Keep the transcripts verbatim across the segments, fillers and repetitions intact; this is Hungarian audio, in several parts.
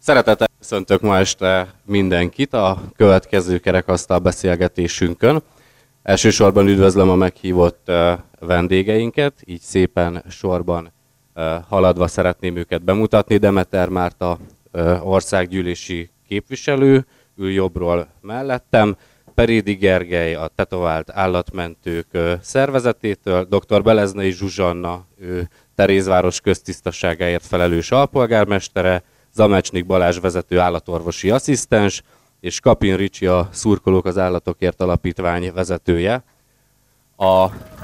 Szeretettel köszöntök ma este mindenkit a következő kerekasztal beszélgetésünkön. Elsősorban üdvözlöm a meghívott vendégeinket, így szépen sorban haladva szeretném őket bemutatni. Demeter Márta országgyűlési képviselő, ül jobbról mellettem, Perédi Gergely a Tetovált Állatmentők szervezetétől, dr. Beleznei Zsuzsanna, ő Terézváros köztisztaságáért felelős alpolgármestere, Zamecsnik Balázs vezető állatorvosi asszisztens, és Kapin Ricsi a Szurkolók az Állatokért Alapítvány vezetője. A,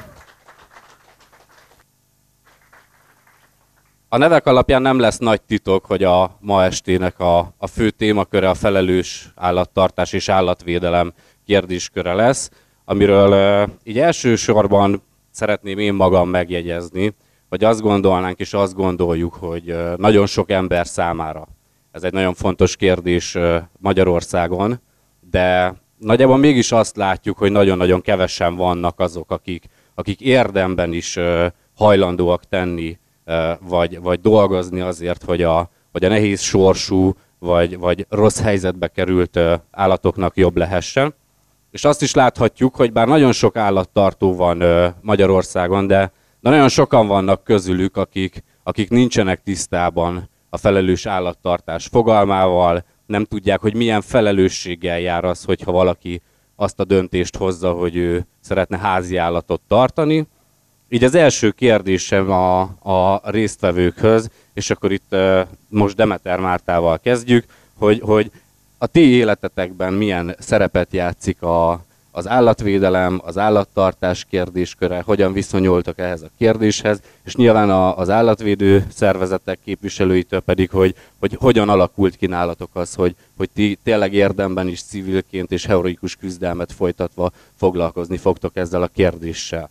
a nevek alapján nem lesz nagy titok, hogy a ma estének a, a fő témaköre a felelős állattartás és állatvédelem kérdésköre lesz, amiről így elsősorban szeretném én magam megjegyezni, hogy azt gondolnánk és azt gondoljuk, hogy nagyon sok ember számára ez egy nagyon fontos kérdés Magyarországon, de nagyjából mégis azt látjuk, hogy nagyon-nagyon kevesen vannak azok, akik, akik érdemben is hajlandóak tenni, vagy, vagy dolgozni azért, hogy a, hogy a nehéz sorsú, vagy, vagy rossz helyzetbe került állatoknak jobb lehessen. És azt is láthatjuk, hogy bár nagyon sok állattartó van Magyarországon, de De nagyon sokan vannak közülük, akik, akik nincsenek tisztában a felelős állattartás fogalmával, nem tudják, hogy milyen felelősséggel jár az, hogyha valaki azt a döntést hozza, hogy ő szeretne házi állatot tartani. Így az első kérdésem a, a résztvevőkhöz, és akkor itt most Demeter Mártával kezdjük, hogy, hogy a ti életetekben milyen szerepet játszik a az állatvédelem, az állattartás kérdésköre, hogyan viszonyultak ehhez a kérdéshez, és nyilván a, az állatvédő szervezetek képviselőitől pedig, hogy, hogy hogyan alakult ki nálatok az, hogy, hogy ti tényleg érdemben is civilként és heroikus küzdelmet folytatva foglalkozni fogtok ezzel a kérdéssel.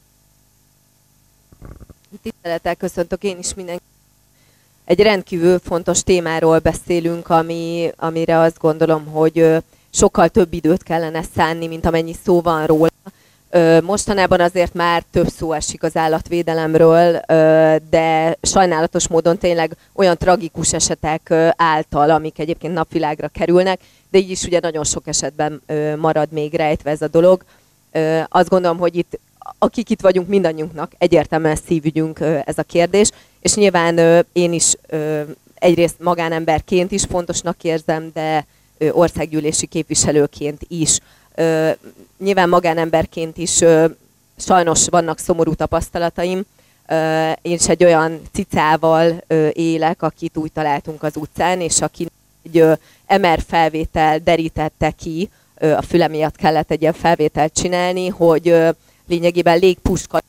Tisztelettel köszöntök én is mindenkit. Egy rendkívül fontos témáról beszélünk, ami, amire azt gondolom, hogy sokkal több időt kellene szánni, mint amennyi szó van róla. Mostanában azért már több szó esik az állatvédelemről, de sajnálatos módon tényleg olyan tragikus esetek által, amik egyébként napvilágra kerülnek, de így is ugye nagyon sok esetben marad még rejtve ez a dolog. Azt gondolom, hogy itt, akik itt vagyunk, mindannyiunknak egyértelműen szívügyünk ez a kérdés, és nyilván én is egyrészt magánemberként is fontosnak érzem, de országgyűlési képviselőként is. Ö, nyilván magánemberként is ö, sajnos vannak szomorú tapasztalataim. Ö, én is egy olyan cicával ö, élek, akit úgy találtunk az utcán, és aki egy ö, em er felvétel derítette ki, ö, a füle miatt kellett egy ilyen felvételt csinálni, hogy ö, lényegében légpuska,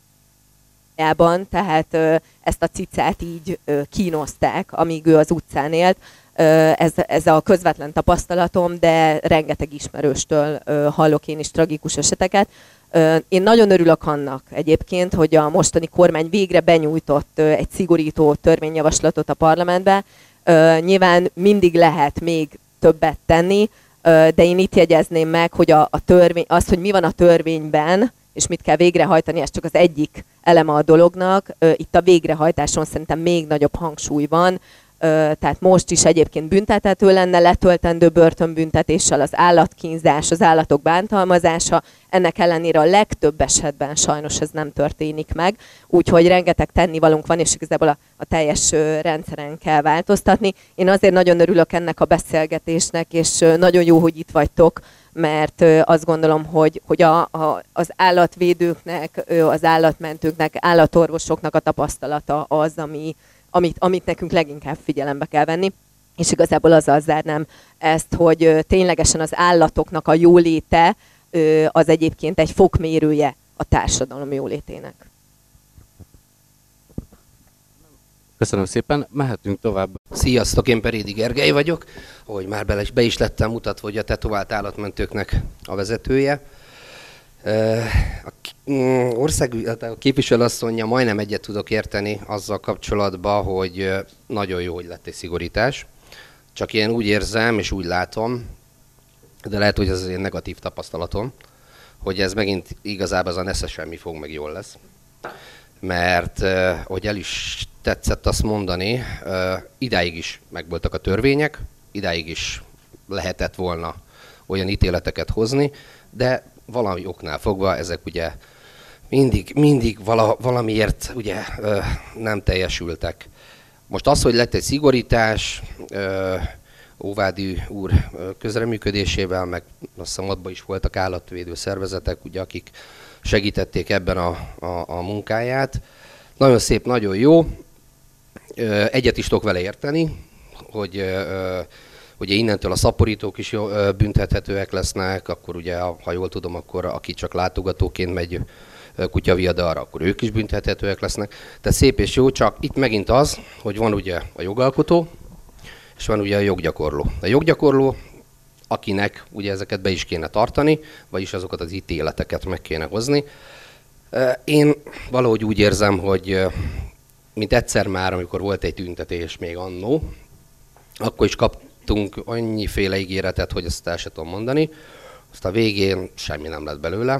tehát ö, ezt a cicát így ö, kínozták, amíg ő az utcán élt. Ez, ez a közvetlen tapasztalatom, de rengeteg ismerőstől hallok én is tragikus eseteket. Én nagyon örülök annak egyébként, hogy a mostani kormány végre benyújtott egy szigorító törvényjavaslatot a parlamentbe. Nyilván mindig lehet még többet tenni, de én itt jegyezném meg, hogy a, a törvény, az, hogy mi van a törvényben, és mit kell végrehajtani, ez csak az egyik eleme a dolognak. Itt a végrehajtáson szerintem még nagyobb hangsúly van. Tehát most is egyébként büntethető lenne letöltendő börtönbüntetéssel az állatkínzás, az állatok bántalmazása. Ennek ellenére a legtöbb esetben sajnos ez nem történik meg, úgyhogy rengeteg tennivalónk van, és igazából a, a teljes rendszeren kell változtatni. Én azért nagyon örülök ennek a beszélgetésnek, és nagyon jó, hogy itt vagytok, mert azt gondolom, hogy, hogy a, a, az állatvédőknek, az állatmentőknek, állatorvosoknak a tapasztalata az, ami Amit, amit nekünk leginkább figyelembe kell venni. És igazából azzal zárnám ezt, hogy ténylegesen az állatoknak a jóléte az egyébként egy fokmérője a társadalom jólétének. Köszönöm szépen, mehetünk tovább. Sziasztok, én Perédi Gergely vagyok, ahogy már be, be is lettem mutatva, hogy a Tetovált Állatmentőknek a vezetője. A ország a képviselőasszonnyal majdnem egyet tudok érteni azzal kapcsolatban, hogy nagyon jó, hogy lett egy szigorítás. Csak én úgy érzem és úgy látom, de lehet, hogy ez az én negatív tapasztalatom, hogy ez megint igazából az a nesze semmi fog, meg jól lesz. Mert, hogy el is tetszett azt mondani, idáig is megvoltak a törvények, idáig is lehetett volna olyan ítéleteket hozni, de valami oknál fogva ezek ugye mindig, mindig vala, valamiért ugye nem teljesültek. Most az, hogy lett egy szigorítás, Óvádi úr közreműködésével, meg azt hiszem abban is voltak állatvédő szervezetek, ugye, akik segítették ebben a, a, a munkáját. Nagyon szép, nagyon jó. Egyet is tudok vele érteni, hogy ugye innentől a szaporítók is jó, büntethetőek lesznek, akkor ugye, ha jól tudom, akkor aki csak látogatóként megy kutyaviadalra, akkor ők is büntethetőek lesznek. Tehát szép és jó, csak itt megint az, hogy van ugye a jogalkotó, és van ugye a joggyakorló. A joggyakorló, akinek ugye ezeket be is kéne tartani, vagyis azokat az ítéleteket meg kéne hozni. Én valahogy úgy érzem, hogy mint egyszer már, amikor volt egy tüntetés még annó, akkor is kaptunk annyiféle ígéretet, hogy ezt el sem tudom mondani. Azt a végén semmi nem lett belőle.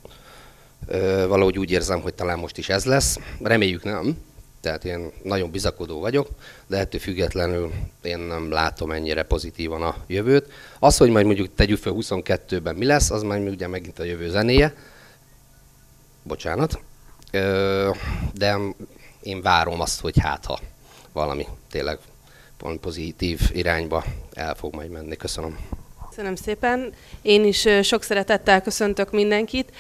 Valahogy úgy érzem, hogy talán most is ez lesz. Reméljük nem. Tehát én nagyon bizakodó vagyok, de ettől függetlenül én nem látom ennyire pozitívan a jövőt. Az, hogy majd mondjuk tegyük fel huszonkettőben mi lesz, az majd ugye megint a jövő zenéje. Bocsánat. De én várom azt, hogy hát ha valami tényleg pozitív irányba el fog majd menni. Köszönöm. Köszönöm szépen. Én is sok szeretettel köszöntök mindenkit.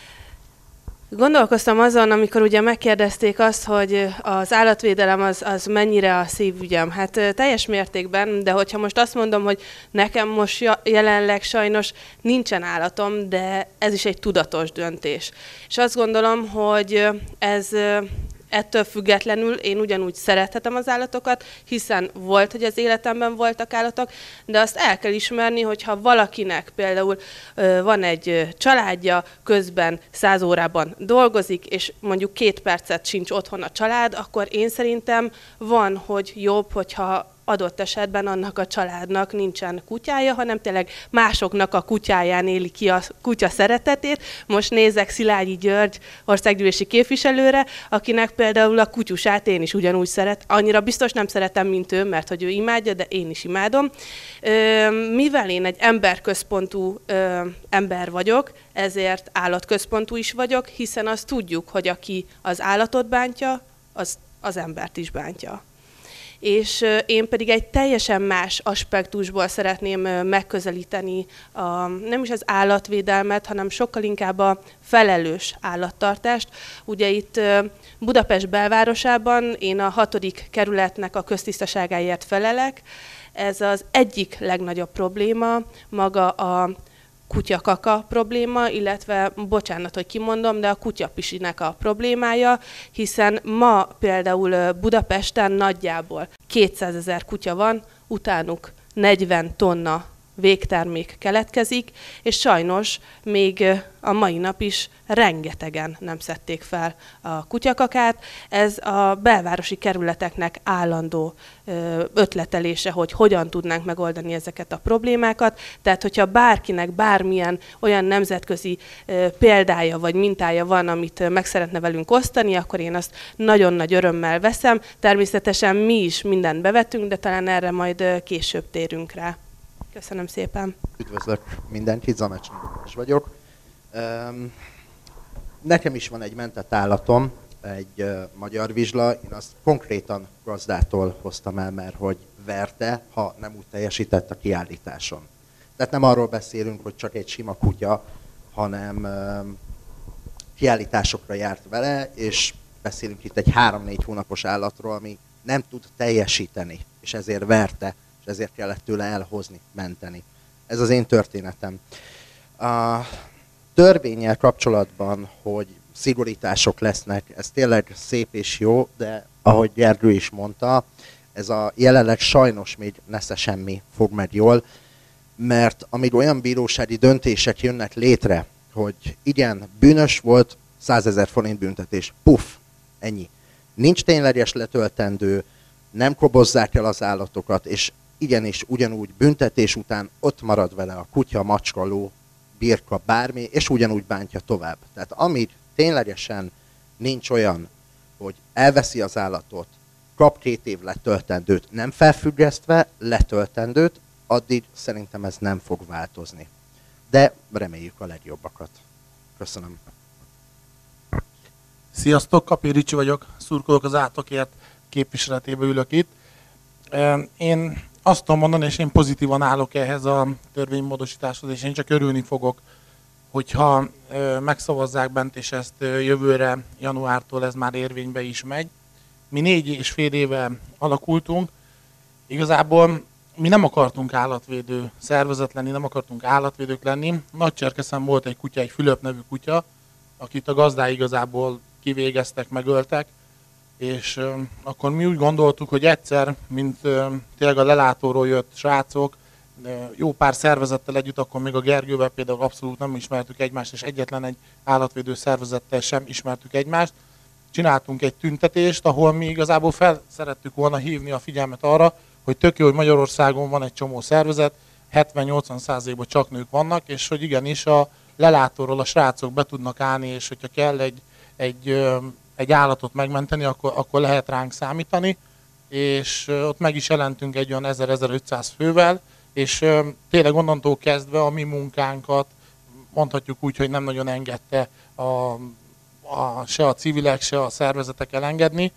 Gondolkoztam azon, amikor ugye megkérdezték azt, hogy az állatvédelem az, az mennyire a szívügyem. Hát teljes mértékben, de hogyha most azt mondom, hogy nekem most jelenleg sajnos nincsen állatom, de ez is egy tudatos döntés. És azt gondolom, hogy ez ettől függetlenül én ugyanúgy szerethetem az állatokat, hiszen volt, hogy az életemben voltak állatok, de azt el kell ismerni, hogyha valakinek például ö, van egy családja, közben száz órában dolgozik, és mondjuk két percet sincs otthon a család, akkor én szerintem van, hogy jobb, hogyha adott esetben annak a családnak nincsen kutyája, hanem tényleg másoknak a kutyáján éli ki a kutya szeretetét. Most nézek Szilágyi György országgyűlési képviselőre, akinek például a kutyusát én is ugyanúgy szeret. Annyira biztos nem szeretem, mint ő, mert hogy ő imádja, de én is imádom. Mivel én egy emberközpontú ember vagyok, ezért állatközpontú is vagyok, hiszen azt tudjuk, hogy aki az állatot bántja, az az embert is bántja. És én pedig egy teljesen más aspektusból szeretném megközelíteni a, nem is az állatvédelmet, hanem sokkal inkább a felelős állattartást. Ugye itt Budapest belvárosában én a hatodik kerületnek a köztisztaságáért felelek. Ez az egyik legnagyobb probléma, maga a kutyakaka probléma, illetve, bocsánat, hogy kimondom, de a kutyapisinek a problémája, hiszen ma például Budapesten nagyjából kétszázezer kutya van, utánuk negyven tonna végtermék keletkezik, és sajnos még a mai nap is rengetegen nem szedték fel a kutyakakát. Ez a belvárosi kerületeknek állandó ötletelése, hogy hogyan tudnánk megoldani ezeket a problémákat. Tehát, hogyha bárkinek bármilyen olyan nemzetközi példája vagy mintája van, amit meg szeretne velünk osztani, akkor én azt nagyon nagy örömmel veszem. Természetesen mi is mindent bevetünk, de talán erre majd később térünk rá. Köszönöm szépen. Üdvözlök mindenkit, Zamecsny Tamás vagyok. Nekem is van egy mentett állatom, egy magyar vizsla. Én azt konkrétan gazdától hoztam el, mert hogy verte, ha nem úgy teljesített a kiállításon. Tehát nem arról beszélünk, hogy csak egy sima kutya, hanem kiállításokra járt vele, és beszélünk itt egy három-négy hónapos állatról, ami nem tud teljesíteni, és ezért verte, és ezért kellett tőle elhozni, menteni. Ez az én történetem. A törvénnyel kapcsolatban, hogy szigorítások lesznek, ez tényleg szép és jó, de ahogy Gergő is mondta, ez a jelenleg sajnos még nesze semmi fog meg jól, mert amíg olyan bírósági döntések jönnek létre, hogy igen, bűnös volt, százezer forint büntetés, puff, ennyi. Nincs tényleges letöltendő, nem kobozzák el az állatokat, és igenis ugyanúgy büntetés után ott marad vele a kutya, macska, ló, birka, bármi, és ugyanúgy bántja tovább. Tehát amíg ténylegesen nincs olyan, hogy elveszi az állatot, kap két év letöltendőt, nem felfüggesztve, letöltendőt, addig szerintem ez nem fog változni. De reméljük a legjobbakat. Köszönöm. Sziasztok, Kapé Ricsi vagyok, szurkolok az Átokért képviseletében ülök itt. Én azt tudom mondani, és én pozitívan állok ehhez a törvénymódosításhoz, és én csak örülni fogok, hogyha megszavazzák bent, és ezt jövőre, januártól ez már érvénybe is megy. Mi négy és fél éve alakultunk. Igazából mi nem akartunk állatvédő szervezet lenni, nem akartunk állatvédők lenni. Nagycserkeszen volt egy kutya, egy Fülöp nevű kutya, akit a gazdái igazából kivégeztek, megöltek, és euh, akkor mi úgy gondoltuk, hogy egyszer, mint euh, tényleg a lelátóról jött srácok, euh, jó pár szervezettel együtt, akkor még a Gergővel például abszolút nem ismertük egymást, és egyetlen egy állatvédő szervezettel sem ismertük egymást. Csináltunk egy tüntetést, ahol mi igazából fel szerettük volna hívni a figyelmet arra, hogy tök jó, hogy Magyarországon van egy csomó szervezet, hetven-nyolcvan százalékban csak nők vannak, és hogy igenis a lelátóról a srácok be tudnak állni, és hogyha kell egy, egy, egy állatot megmenteni, akkor, akkor lehet ránk számítani, és ott meg is jelentünk egy olyan ezer-ezerötszáz fővel, és tényleg onnantól kezdve a mi munkánkat mondhatjuk úgy, hogy nem nagyon engedte a, a, se a civilek, se a szervezetek elengedni,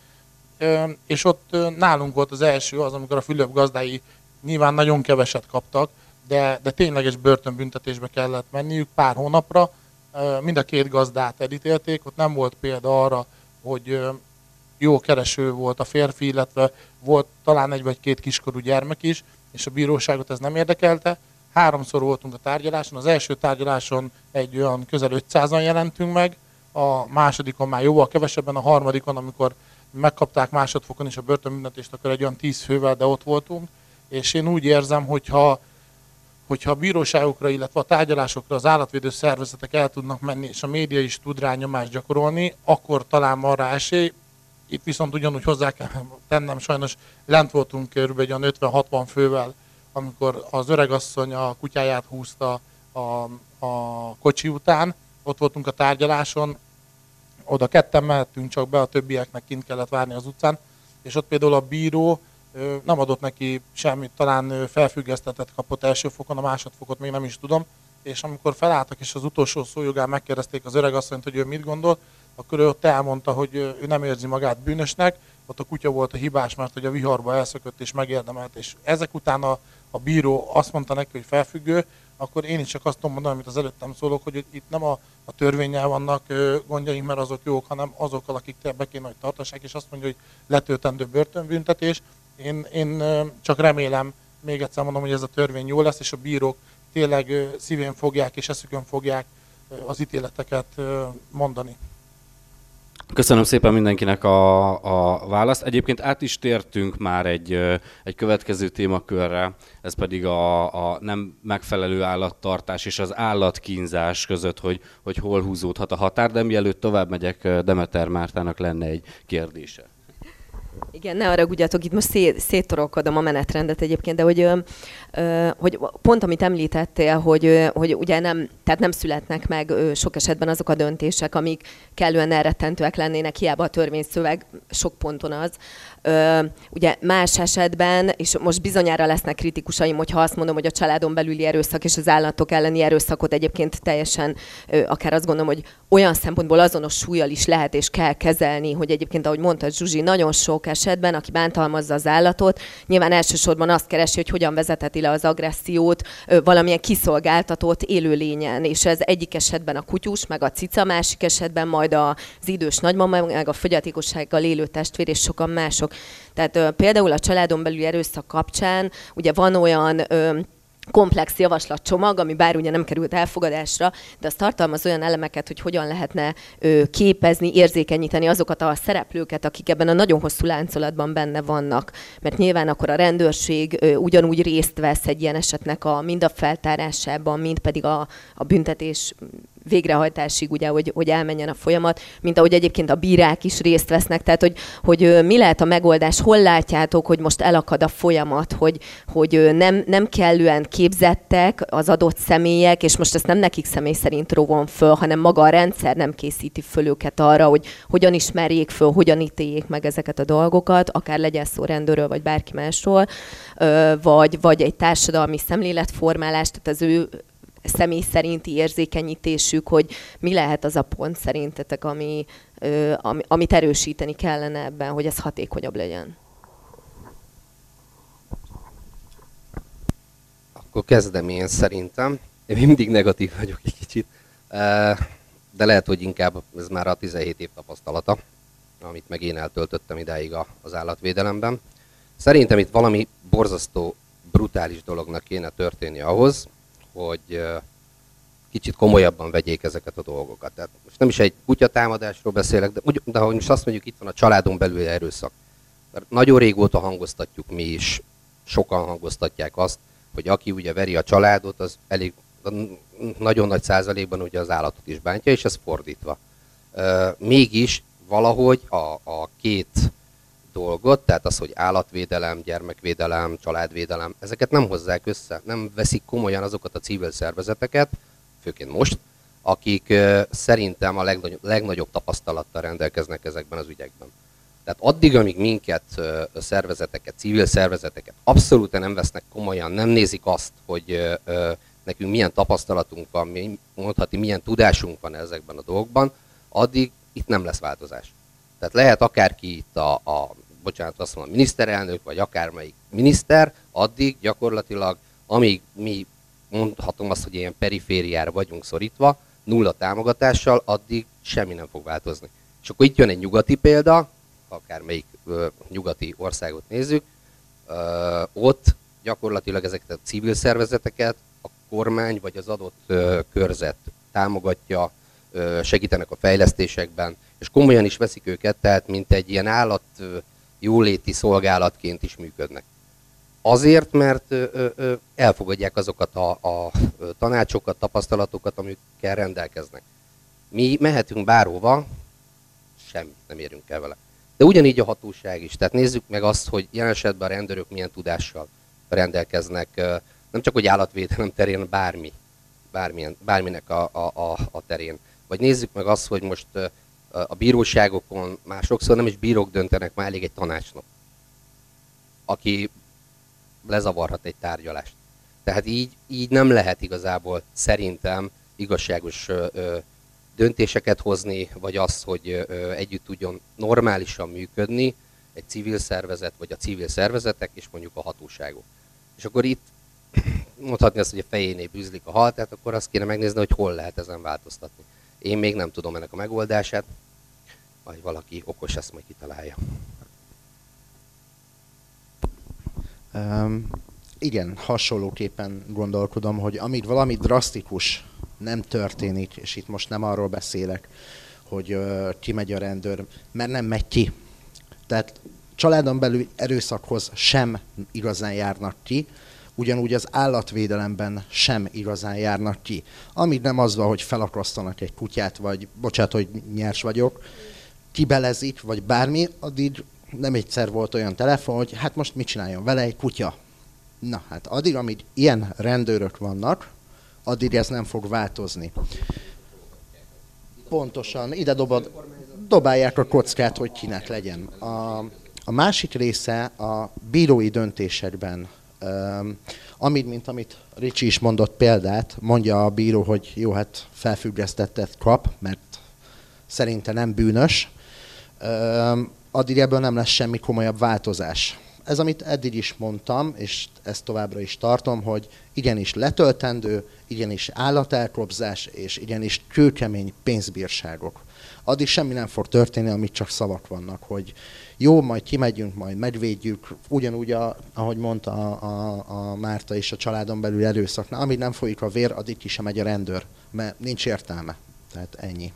és ott nálunk volt az első az, amikor a Fülöp gazdái nyilván nagyon keveset kaptak, de, de tényleges börtönbüntetésbe kellett menniük pár hónapra. Mind a két gazdát elítélték, ott nem volt példa arra, hogy jó kereső volt a férfi, illetve volt talán egy vagy két kiskorú gyermek is, és a bíróságot ez nem érdekelte. Háromszor voltunk a tárgyaláson, az első tárgyaláson egy olyan közel ötszázan jelentünk meg, a másodikon már jóval kevesebben, a harmadikon, amikor megkapták másodfokon is a börtönbüntetést, akkor egy olyan tíz fővel, de ott voltunk, és én úgy érzem, hogyha, hogyha a bíróságokra, illetve a tárgyalásokra az állatvédő szervezetek el tudnak menni, és a média is tud rá nyomást gyakorolni, akkor talán van rá esély. Itt viszont ugyanúgy hozzá kell tennem, sajnos lent voltunk kb. ötven-hatvan fővel, amikor az öregasszony a kutyáját húzta a, a kocsi után, ott voltunk a tárgyaláson, oda ketten mehettünk csak be, a többieknek kint kellett várni az utcán, és ott például a bíró nem adott neki semmit, talán felfüggesztetet kapott első fokon, a másodfokot még nem is tudom, és amikor felálltak és az utolsó szójogán megkérdezték az öregasszonyt, hogy ő mit gondol, akkor ő ott elmondta, hogy ő nem érzi magát bűnösnek, ott a kutya volt a hibás, mert hogy a viharba elszökött és megérdemelt, és ezek után a, a bíró azt mondta neki, hogy felfüggő, akkor én is csak azt tudom mondani, amit az előttem szólok, hogy itt nem a, a törvénnyel vannak gondjaink, mert azok jók, hanem azokkal, akik be kéne, hogy tartassák, és azt mondja, hogy letöltendő börtönbüntetés. Én, én csak remélem, még egyszer mondom, hogy ez a törvény jó lesz, és a bírók tényleg szívén fogják és eszükön fogják az ítéleteket mondani. Köszönöm szépen mindenkinek a, a választ. Egyébként át is tértünk már egy, egy következő témakörre, ez pedig a, a nem megfelelő állattartás és az állatkínzás között, hogy, hogy hol húzódhat a határ, de mielőtt tovább megyek, Demeter Mártának lenne egy kérdése. Igen, ne haragudjatok, itt most szét, széttorolkodom a menetrendet egyébként, de hogy, ö, hogy pont amit említettél, hogy, hogy ugye nem, tehát nem születnek meg sok esetben azok a döntések, amik kellően elrettentőek lennének, hiába a törvényszöveg sok ponton az. Ö, ugye más esetben, és most bizonyára lesznek kritikusaim, hogyha azt mondom, hogy a családon belüli erőszak és az állatok elleni erőszakot egyébként teljesen, ö, akár azt gondolom, hogy olyan szempontból azonos súllyal is lehet és kell kezelni, hogy egyébként, ahogy mondta Zsuzsi, nagyon sok esetben, aki bántalmazza az állatot, nyilván elsősorban azt keresi, hogy hogyan vezetheti le az agressziót ö, valamilyen kiszolgáltatott élőlényen, és ez egyik esetben a kutyus, meg a cica, másik esetben majd az idős nagymama, meg a fogyatékossággal élő testvér és sokan mások. Tehát ö, például a családon belüli erőszak kapcsán ugye van olyan ö, komplex javaslatcsomag, ami bár ugye nem került elfogadásra, de az tartalmaz olyan elemeket, hogy hogyan lehetne ö, képezni, érzékenyíteni azokat a szereplőket, akik ebben a nagyon hosszú láncolatban benne vannak. Mert nyilván akkor a rendőrség ö, ugyanúgy részt vesz egy ilyen esetnek a, mind a feltárásában, mind pedig a, a büntetés végrehajtásig, ugye, hogy, hogy elmenjen a folyamat, mint ahogy egyébként a bírák is részt vesznek, tehát hogy, hogy mi lehet a megoldás, hol látjátok, hogy most elakad a folyamat, hogy, hogy nem, nem kellően képzettek az adott személyek, és most ezt nem nekik személy szerint rovom föl, hanem maga a rendszer nem készíti föl őket arra, hogy hogyan ismerjék föl, hogyan ítéljék meg ezeket a dolgokat, akár legyen szó rendőről, vagy bárki másról, vagy, vagy egy társadalmi szemléletformálás, tehát az ő személy szerinti érzékenyítésük, hogy mi lehet az a pont szerintetek, ami, ami, amit erősíteni kellene ebben, hogy ez hatékonyabb legyen. Akkor kezdem én szerintem. Én mindig negatív vagyok egy kicsit, de lehet, hogy inkább ez már a tizenhét év tapasztalata, amit meg én eltöltöttem idáig az állatvédelemben. Szerintem itt valami borzasztó, brutális dolognak kéne történni ahhoz, hogy kicsit komolyabban vegyék ezeket a dolgokat. Tehát most nem is egy kutyatámadásról beszélek, de, úgy, de ha most azt mondjuk, itt van a családon belüli erőszak. Mert nagyon régóta hangoztatjuk mi is, sokan hangoztatják azt, hogy aki ugye veri a családot, az elég nagyon nagy százalékban ugye az állatot is bántja, és ez fordítva. Mégis valahogy a, a két dolgot, tehát az, hogy állatvédelem, gyermekvédelem, családvédelem, ezeket nem hozzák össze, nem veszik komolyan azokat a civil szervezeteket, főként most, akik szerintem a legnagyobb, legnagyobb tapasztalattal rendelkeznek ezekben az ügyekben. Tehát addig, amíg minket, szervezeteket, civil szervezeteket abszolút nem vesznek komolyan, nem nézik azt, hogy nekünk milyen tapasztalatunk van, mondhatni, milyen tudásunk van ezekben a dolgokban, addig itt nem lesz változás. Tehát lehet akárki itt a, a bocsánat, azt mondom, a miniszterelnök, vagy akármelyik miniszter, addig gyakorlatilag, amíg mi mondhatom azt, hogy ilyen perifériára vagyunk szorítva, nulla támogatással, addig semmi nem fog változni. És akkor itt jön egy nyugati példa, akármelyik ö, nyugati országot nézzük, ö, ott gyakorlatilag ezeket a civil szervezeteket a kormány vagy az adott ö, körzet támogatja, ö, segítenek a fejlesztésekben, és komolyan is veszik őket, tehát mint egy ilyen állat ö, jóléti szolgálatként is működnek. Azért, mert ö, ö, elfogadják azokat a, a tanácsokat, tapasztalatokat, amikkel rendelkeznek. Mi mehetünk bárhova, semmit nem érünk el vele. De ugyanígy a hatóság is. Tehát nézzük meg azt, hogy jelen esetben a rendőrök milyen tudással rendelkeznek, nem csak hogy állatvédelem terén, bármi, bármilyen, bárminek a, a, a terén. Vagy nézzük meg azt, hogy most a bíróságokon már sokszor nem is bírók döntenek, már elég egy tanácsnok, aki lezavarhat egy tárgyalást. Tehát így, így nem lehet igazából szerintem igazságos ö, döntéseket hozni, vagy az, hogy ö, együtt tudjon normálisan működni egy civil szervezet, vagy a civil szervezetek, és mondjuk a hatóságok. És akkor itt mondhatni azt, hogy a fejénél bűzlik a hal, tehát akkor azt kéne megnézni, hogy hol lehet ezen változtatni. Én még nem tudom ennek a megoldását, vagy valaki okos ezt majd kitalálja. Um, igen, hasonlóképpen gondolkodom, hogy amíg valami drasztikus nem történik, és itt most nem arról beszélek, hogy uh, kimegy a rendőr, mert nem megy ki. Tehát családon belül erőszakhoz sem igazán járnak ki, ugyanúgy az állatvédelemben sem igazán járnak ki. Amíg nem az van, hogy felakasztanak egy kutyát, vagy bocsánat, hogy nyers vagyok, kibelezik, vagy bármi, addig nem egyszer volt olyan telefon, hogy hát most mit csináljon vele egy kutya. Na hát addig, amíg ilyen rendőrök vannak, addig ez nem fog változni. Pontosan, ide dobod, dobálják a kockát, hogy kinek legyen. A, a másik része a bírói döntésekben, um, amit, mint amit Ricsi is mondott példát, mondja a bíró, hogy jó, hát felfüggesztettet kap, mert szerinte nem bűnös, um, addig ebből nem lesz semmi komolyabb változás. Ez, amit eddig is mondtam, és ezt továbbra is tartom, hogy igenis letöltendő, igenis állatelkobzás, és igenis kőkemény pénzbírságok. Addig semmi nem fog történni, amit csak szavak vannak, hogy jó, majd kimegyünk, majd megvédjük, ugyanúgy, a, ahogy mondta a, a, a Márta is a családon belül erőszaknál, amíg nem folyik a vér, addig ki sem megy a rendőr, mert nincs értelme. Tehát ennyi.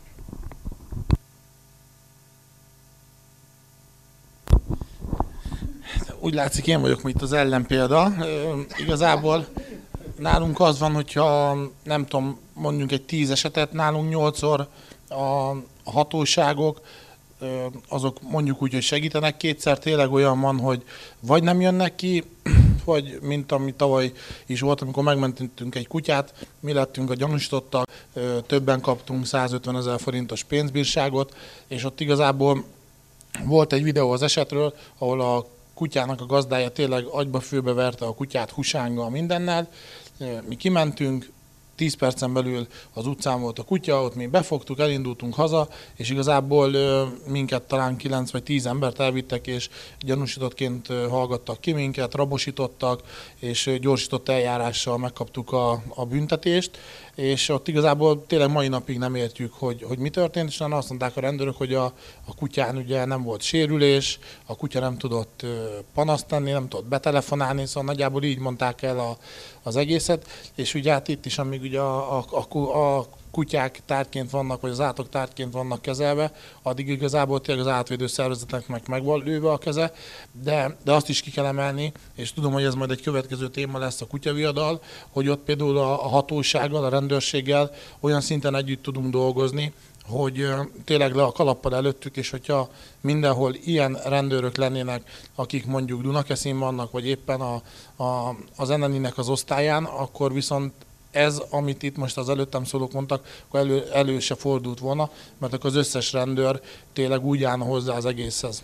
Úgy látszik, én vagyok itt az ellenpélda. Igazából nálunk az van, hogyha nem tudom, mondjuk egy tíz esetet, nálunk nyolcszor a hatóságok, azok mondjuk úgy, hogy segítenek, kétszer tényleg olyan van, hogy vagy nem jönnek ki, vagy mint ami tavaly is volt, amikor megmentünk egy kutyát, mi lettünk a gyanúsítottak, többen kaptunk százötven ezer forintos pénzbírságot, és ott igazából volt egy videó az esetről, ahol a kutyának a gazdája tényleg agyba főbe verte a kutyát husánggal mindennel, mi kimentünk, tíz percen belül az utcán volt a kutya, ott mi befogtuk, elindultunk haza, és igazából minket talán kilenc vagy tíz embert elvittek, és gyanúsítottként hallgattak ki minket, rabosítottak, és gyorsított eljárással megkaptuk a, a büntetést, és ott igazából tényleg mai napig nem értjük, hogy, hogy mi történt, és azt mondták a rendőrök, hogy a, a kutyán ugye nem volt sérülés, a kutya nem tudott panaszt tenni, nem tudott betelefonálni, szóval nagyjából így mondták el a, az egészet, és ugye hát itt is, amíg ugye a, a, a, a kutyák tárgyként vannak, vagy az állatok tárgyként vannak kezelve, addig igazából tényleg az állatvédő szervezeteknek meg van lőve a keze, de, de azt is ki kell emelni, és tudom, hogy ez majd egy következő téma lesz a kutyaviadal, hogy ott például a, a hatósággal, a rendőrséggel olyan szinten együtt tudunk dolgozni, hogy tényleg le a kalappal előttük, és hogyha mindenhol ilyen rendőrök lennének, akik mondjuk Dunakeszin vannak, vagy éppen a, a, az en en i-nek az osztályán, akkor viszont ez, amit itt most az előttem szólók mondtak, akkor elő, elő se fordult volna, mert akkor az összes rendőr tényleg úgy állna hozzá az egészhez.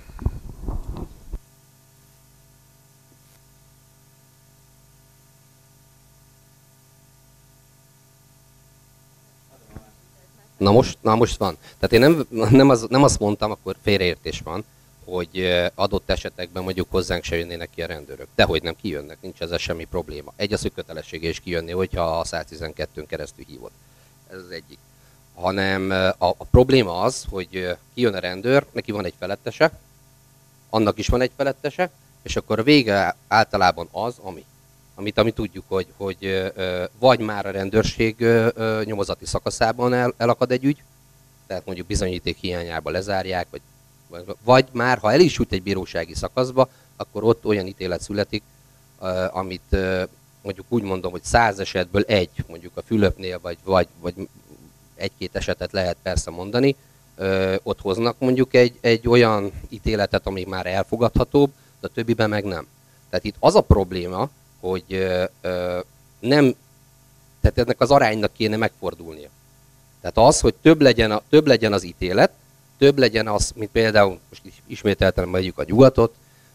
Na most, na most van. Tehát én nem, nem, az, nem azt mondtam, akkor félreértés van, hogy adott esetekben mondjuk hozzánk se jönnének ki a rendőrök. Dehogy nem kijönnek, nincs ezzel semmi probléma. Egy az, hogy kötelessége is kijönni, hogyha a száztizenkettőn keresztül hívott. Ez az egyik. Hanem a, a probléma az, hogy kijön a rendőr, neki van egy felettese, annak is van egy felettese, és akkor a vége általában az, ami. Amit, amit tudjuk, hogy, hogy vagy már a rendőrség nyomozati szakaszában el, elakad egy ügy, tehát mondjuk bizonyíték hiányában lezárják, vagy, vagy már, ha el is jut egy bírósági szakaszba, akkor ott olyan ítélet születik, amit mondjuk úgy mondom, hogy száz esetből egy, mondjuk a Fülöpnél, vagy, vagy, vagy egy-két esetet lehet persze mondani, ott hoznak mondjuk egy, egy olyan ítéletet, ami már elfogadhatóbb, de a többiben meg nem. Tehát itt az a probléma, hogy ö, ö, nem, tehát ennek az aránynak kéne megfordulnia. Tehát az, hogy több legyen, a, több legyen az ítélet, több legyen az, mint például, most ismételten vegyük a nyugatot,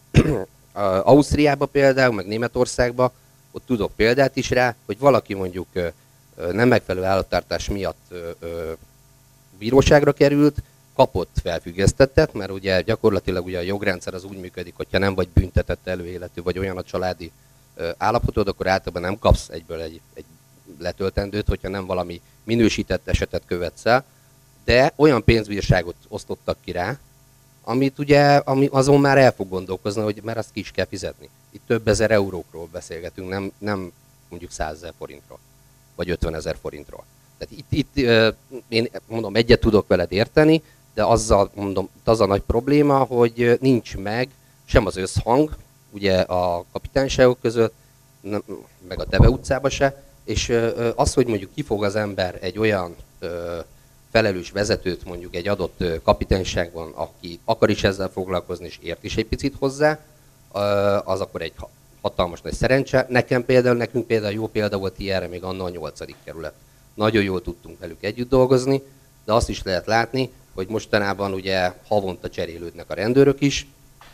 Ausztriába például, meg Németországba, ott tudok példát is rá, hogy valaki mondjuk ö, ö, nem megfelelő állattartás miatt ö, ö, bíróságra került, kapott felfüggesztettet, mert ugye gyakorlatilag ugye a jogrendszer az úgy működik, hogyha nem vagy büntetett előéletű, vagy olyan a családi állapotod, akkor általában nem kapsz egyből egy, egy letöltendőt, hogyha nem valami minősített esetet követsz el, de olyan pénzbírságot osztottak ki rá, amit ugye ami azon már el fog gondolkozni, hogy mert azt ki is kell fizetni. Itt több ezer eurókról beszélgetünk, nem, nem mondjuk százezer forintról, vagy ötvenezer forintról. Tehát itt, itt én mondom, egyet tudok veled érteni, de azzal mondom, az a nagy probléma, hogy nincs meg sem az összhang, ugye a kapitányságok között, meg a Teve utcába se, és az, hogy mondjuk kifog az ember egy olyan felelős vezetőt mondjuk egy adott kapitányságban, aki akar is ezzel foglalkozni, és ért is egy picit hozzá, az akkor egy hatalmas nagy szerencse. Nekem például, nekünk például jó példa volt ilyenre még anna a nyolcadik kerület. Nagyon jól tudtunk velük együtt dolgozni, de azt is lehet látni, hogy mostanában ugye havonta cserélődnek a rendőrök is,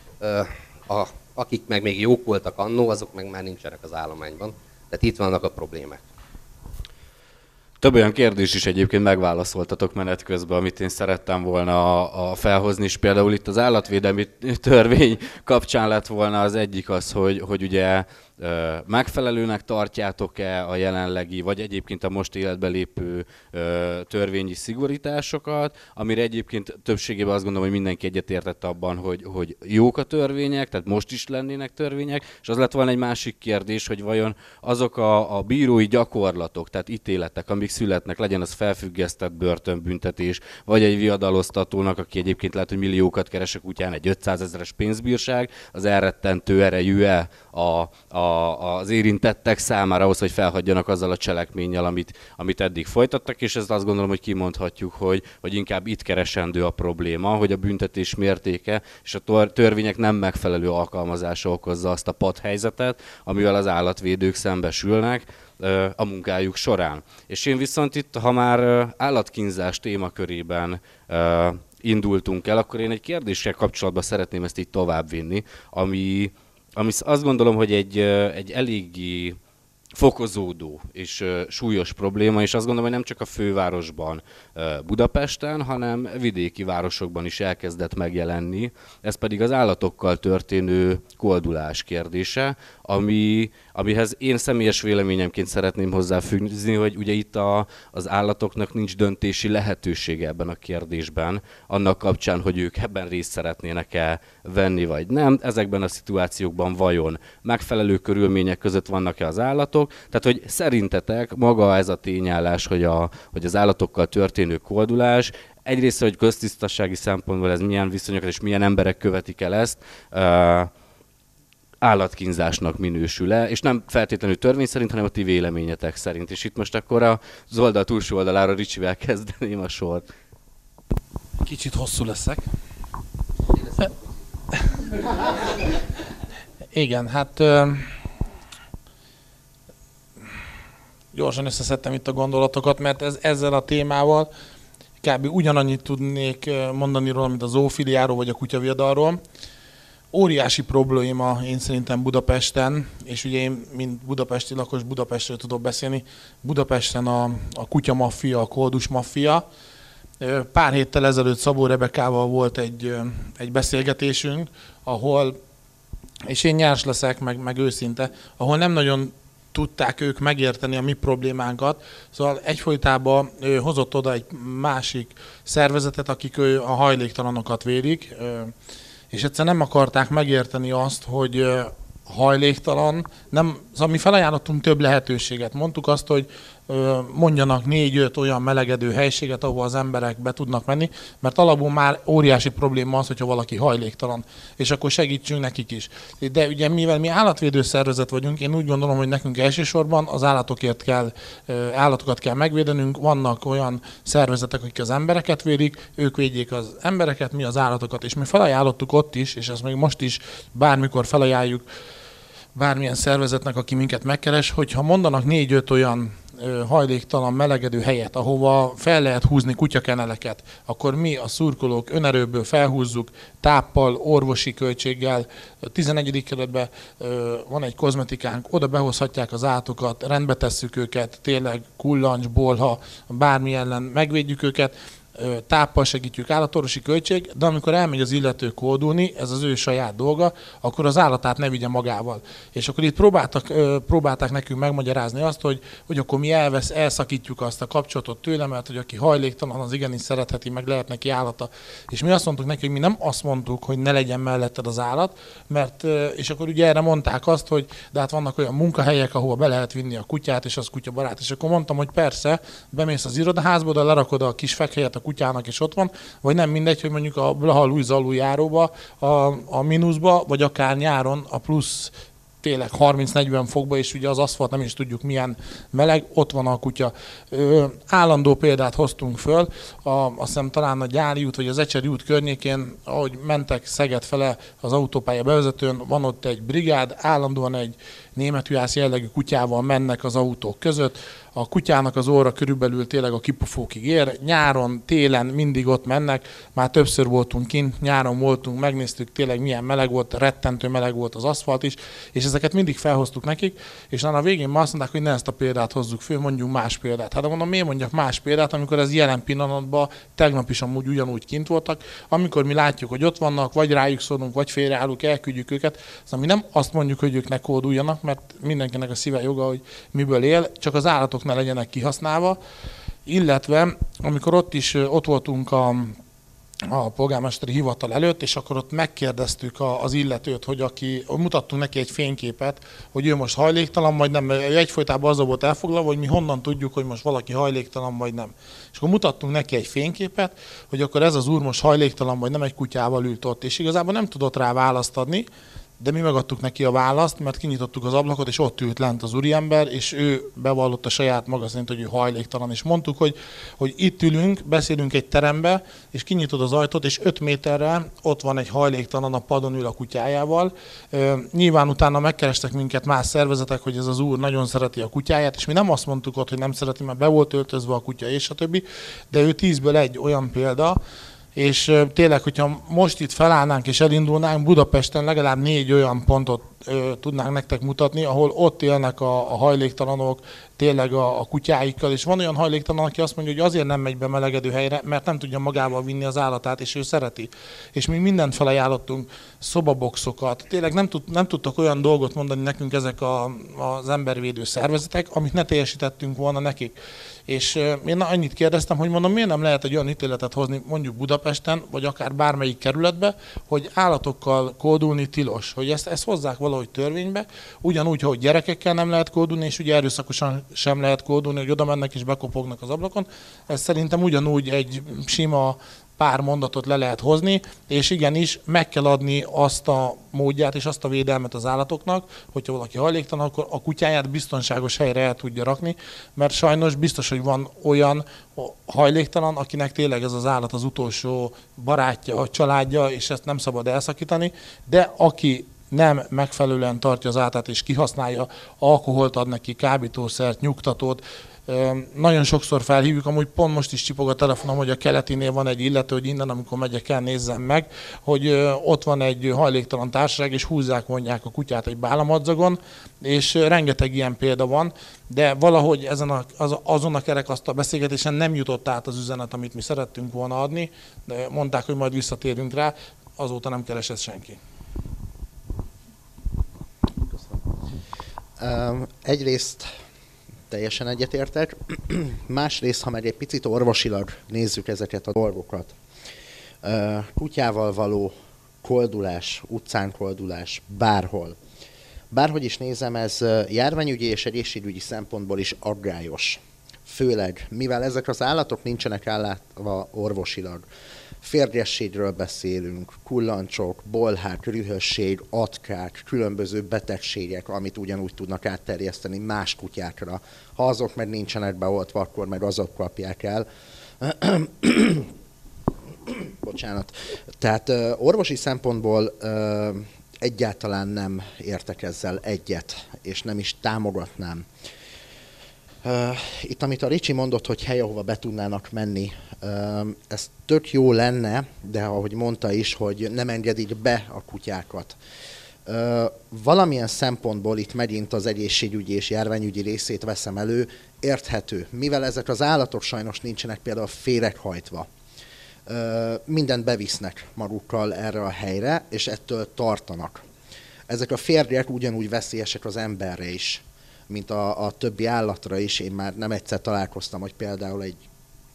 a akik meg még jók voltak annó, azok meg már nincsenek az állományban. Tehát itt vannak a problémák. Több olyan kérdés is egyébként megválaszoltatok menet közben, amit én szerettem volna a, a felhozni, és például itt az állatvédelmi törvény kapcsán lett volna az egyik az, hogy, hogy ugye megfelelőnek tartjátok-e a jelenlegi, vagy egyébként a most életbe lépő törvényi szigorításokat, amire egyébként többségében azt gondolom, hogy mindenki egyetértett abban, hogy, hogy jók a törvények, tehát most is lennének törvények, és az lett volna egy másik kérdés, hogy vajon azok a, a bírói gyakorlatok, tehát ítéletek, amik születnek, legyen az felfüggesztett börtönbüntetés, vagy egy viadaloztatónak, aki egyébként lehet, hogy milliókat keres a kutyán, egy ötszázezeres pénzbírság, az elrettentő erejű-e a, a a, az érintettek számára ahhoz, hogy felhagyjanak azzal a cselekménnyel, amit, amit eddig folytattak, és ezt azt gondolom, hogy kimondhatjuk, hogy, hogy inkább itt keresendő a probléma, hogy a büntetés mértéke és a törvények nem megfelelő alkalmazása okozza azt a padhelyzetet, amivel az állatvédők szembesülnek a munkájuk során. És én viszont itt, ha már állatkínzás témakörében indultunk el, akkor én egy kérdéssel kapcsolatban szeretném ezt így továbbvinni, ami, ami azt gondolom, hogy egy, egy eléggé fokozódó és súlyos probléma, és azt gondolom, hogy nem csak a fővárosban, Budapesten, hanem vidéki városokban is elkezdett megjelenni. Ez pedig az állatokkal történő koldulás kérdése, ami, amihez én személyes véleményemként szeretném hozzáfűzni, hogy ugye itt a, az állatoknak nincs döntési lehetősége ebben a kérdésben, annak kapcsán, hogy ők ebben részt szeretnének-e venni, vagy nem. Ezekben a szituációkban vajon megfelelő körülmények között vannak-e az állatok? Tehát, hogy szerintetek maga ez a tényállás, hogy, a, hogy az állatokkal történő koldulás, egyrészt, hogy köztisztasági szempontból ez milyen viszonyokat és milyen emberek követik el ezt, uh, állatkínzásnak minősül-e, és nem feltétlenül törvény szerint, hanem a ti véleményetek szerint. És itt most akkor az oldal túlsó oldalára Ricsivel kezdeném a sort. Kicsit hosszú leszek. Igen, hát ö, gyorsan összeszedtem itt a gondolatokat, mert ez, ezzel a témával kb. Ugyanannyit tudnék mondani róla, mint a zoofiliáról vagy a kutyaviadalról. Óriási probléma én szerintem Budapesten, és ugye én, mint budapesti lakos, Budapestről tudok beszélni, Budapesten a, a kutyamaffia, a koldus maffia. Pár héttel ezelőtt Szabó Rebekával volt egy, egy beszélgetésünk, ahol, és én nyers leszek, meg, meg őszinte, ahol nem nagyon tudták ők megérteni a mi problémánkat. Szóval egyfolytában ő hozott oda egy másik szervezetet, akik ő a hajléktalanokat védik, és egyszer nem akarták megérteni azt, hogy hajléktalan, nem, szóval mi felajánlottunk több lehetőséget. Mondtuk azt, hogy mondjanak négy-öt olyan melegedő helységet, ahol az emberek be tudnak menni, mert alapból már óriási probléma az, hogyha valaki hajléktalan, és akkor segítsünk nekik is. De ugye mivel mi állatvédő szervezet vagyunk, én úgy gondolom, hogy nekünk elsősorban az állatokért kell, állatokat kell megvédenünk, vannak olyan szervezetek, akik az embereket védik, ők védjék az embereket, mi az állatokat, és mi felajánlottuk ott is, és ezt még most is bármikor felajánljuk bármilyen szervezetnek, aki minket megkeres, hogyha mondanak négy-öt olyan hajléktalan melegedő helyet, ahova fel lehet húzni kutyakeneleket, akkor mi a szurkolók önerőből felhúzzuk, táppal, orvosi költséggel. A tizenegyedik kerületben van egy kozmetikánk, oda behozhatják az állatokat, rendbe tesszük őket, tényleg kullancs, bolha, bármi ellen megvédjük őket, táppal segítjük, állatorvosi költség, de amikor elmegy az illető kódulni, ez az ő saját dolga, akkor az állatát ne vigye magával. És akkor itt próbáltak, próbálták nekünk megmagyarázni azt, hogy, hogy akkor mi elvesz, elszakítjuk azt a kapcsolatot tőle, mert hogy aki hajléktalan, az igenis szeretheti, meg lehet neki állata. És mi azt mondtuk neki, hogy mi nem azt mondtuk, hogy ne legyen melletted az állat, mert, és akkor ugye erre mondták azt, hogy de hát vannak olyan munkahelyek, ahova be lehet vinni a kutyát, és az kutyabarát. És akkor mondtam, hogy persze, bemész az irodaházba, de lerakod a kis fekhelyet a kutyának, és ott van, vagy nem mindegy, hogy mondjuk a Blaha-Lujz aluljáróba, a, a mínuszba, vagy akár nyáron a plusz tényleg harminc-negyven fokba, és ugye az aszfalt nem is tudjuk milyen meleg, ott van a kutya. Ö, állandó példát hoztunk föl, a, azt hiszem talán a Gyári út, vagy az Ecseri út környékén, ahogy mentek Szeged fele az autópálya bevezetőn, van ott egy brigád, állandóan egy németüjász jellegű kutyával mennek az autók között, a kutyának az óra körülbelül tényleg a kipufókig ér, nyáron, télen mindig ott mennek, már többször voltunk kint, nyáron voltunk, megnéztük tényleg milyen meleg volt, rettentő meleg volt az aszfalt is, és ezeket mindig felhoztuk nekik, és a végén már azt mondták, hogy ne ezt a példát hozzuk föl, mondjunk más példát. Hát mondom, miért mondjak más példát, amikor ez jelen pillanatban, tegnap is amúgy ugyanúgy kint voltak, amikor mi látjuk, hogy ott vannak, vagy rájuk szólunk, vagy félreállunk, elküldjük őket, szóval mi nem azt mondjuk, hogy ők ne kóduljanak, mert mindenkinek a szíve joga, hogy miből él, csak az állatok ne legyenek kihasználva, illetve amikor ott is ott voltunk a, a polgármesteri hivatal előtt, és akkor ott megkérdeztük a, az illetőt, hogy aki, mutattunk neki egy fényképet, hogy ő most hajléktalan, vagy nem, egyfolytában azzal volt elfoglalva, hogy mi honnan tudjuk, hogy most valaki hajléktalan, vagy nem. És akkor mutattunk neki egy fényképet, hogy akkor ez az úr most hajléktalan, vagy nem, egy kutyával ült ott, és igazából nem tudott rá választ adni, de mi megadtuk neki a választ, mert kinyitottuk az ablakot, és ott ült lent az úriember, és ő bevallotta saját maga szerint, hogy ő hajléktalan, és mondtuk, hogy, hogy itt ülünk, beszélünk egy terembe, és kinyitod az ajtót, és öt méterre ott van egy hajléktalan, a padon ül a kutyájával. Nyilván utána megkerestek minket más szervezetek, hogy ez az úr nagyon szereti a kutyáját, és mi nem azt mondtuk ott, hogy nem szereti, mert be volt öltözve a kutya, és a többi, de ő tízből egy olyan példa, és tényleg, hogyha most itt felállnánk és elindulnánk, Budapesten legalább négy olyan pontot ö, tudnánk nektek mutatni, ahol ott élnek a, a hajléktalanok, tényleg a, a kutyáikkal, és van olyan hajléktalan, aki azt mondja, hogy azért nem megy be melegedő helyre, mert nem tudja magával vinni az állatát, és ő szereti. És mi mindent felajánlottunk, szobaboxokat, tényleg nem, tud, nem tudtak olyan dolgot mondani nekünk ezek a, az embervédő szervezetek, amit ne teljesítettünk volna nekik. És én annyit kérdeztem, hogy mondom, miért nem lehet egy olyan ítéletet hozni mondjuk Budapesten, vagy akár bármelyik kerületbe, hogy állatokkal kódulni tilos, hogy ezt, ezt hozzák valahogy törvénybe, ugyanúgy, hogy gyerekekkel nem lehet kódulni, és ugye erőszakosan sem lehet kódulni, hogy oda mennek és bekopognak az ablakon. Ez szerintem ugyanúgy egy sima pár mondatot le lehet hozni, és igenis meg kell adni azt a módját és azt a védelmet az állatoknak, hogyha valaki hajléktalan, akkor a kutyáját biztonságos helyre el tudja rakni, mert sajnos biztos, hogy van olyan hajléktalan, akinek tényleg ez az állat az utolsó barátja, a családja, és ezt nem szabad elszakítani, de aki nem megfelelően tartja az állatát és kihasználja, alkoholt ad neki, kábítószert, nyugtatót, nagyon sokszor felhívjuk, amúgy pont most is csipog a telefonom, hogy a Keletinél van egy illető, hogy innen, amikor megyek el, nézzem meg, hogy ott van egy hajléktalan társaság, és húzzák, vonják a kutyát egy bálamadzagon, és rengeteg ilyen példa van, de valahogy ezen a, az, azon a kerekasztal beszélgetésen nem jutott át az üzenet, amit mi szerettünk volna adni, de mondták, hogy majd visszatérünk rá, azóta nem keresett senki. Um, egyrészt teljesen egyetértek. Másrészt, ha meg egy picit orvosilag nézzük ezeket a dolgokat, kutyával való koldulás, utcán koldulás, bárhol. Bárhogy is nézem, ez járványügyi és egészségügyi szempontból is aggályos. Főleg, mivel ezek az állatok nincsenek ellátva orvosilag. Férgességről beszélünk, kullancsok, bolhák, rühösség, atkák, különböző betegségek, amit ugyanúgy tudnak átterjeszteni más kutyákra. Ha azok meg nincsenek beoltva, akkor meg azok kapják el. Bocsánat. Tehát orvosi szempontból egyáltalán nem értek ezzel egyet, és nem is támogatnám. Uh, itt, amit a Ricsi mondott, hogy hely, ahova be tudnának menni, uh, ez tök jó lenne, de ahogy mondta is, hogy nem engedik be a kutyákat. Uh, valamilyen szempontból itt megint az egészségügyi és járványügyi részét veszem elő, érthető, mivel ezek az állatok sajnos nincsenek például féreghajtva. Uh, mindent bevisznek magukkal erre a helyre, és ettől tartanak. Ezek a férgek ugyanúgy veszélyesek az emberre is, mint a, a többi állatra is. Én már nem egyszer találkoztam, hogy például egy,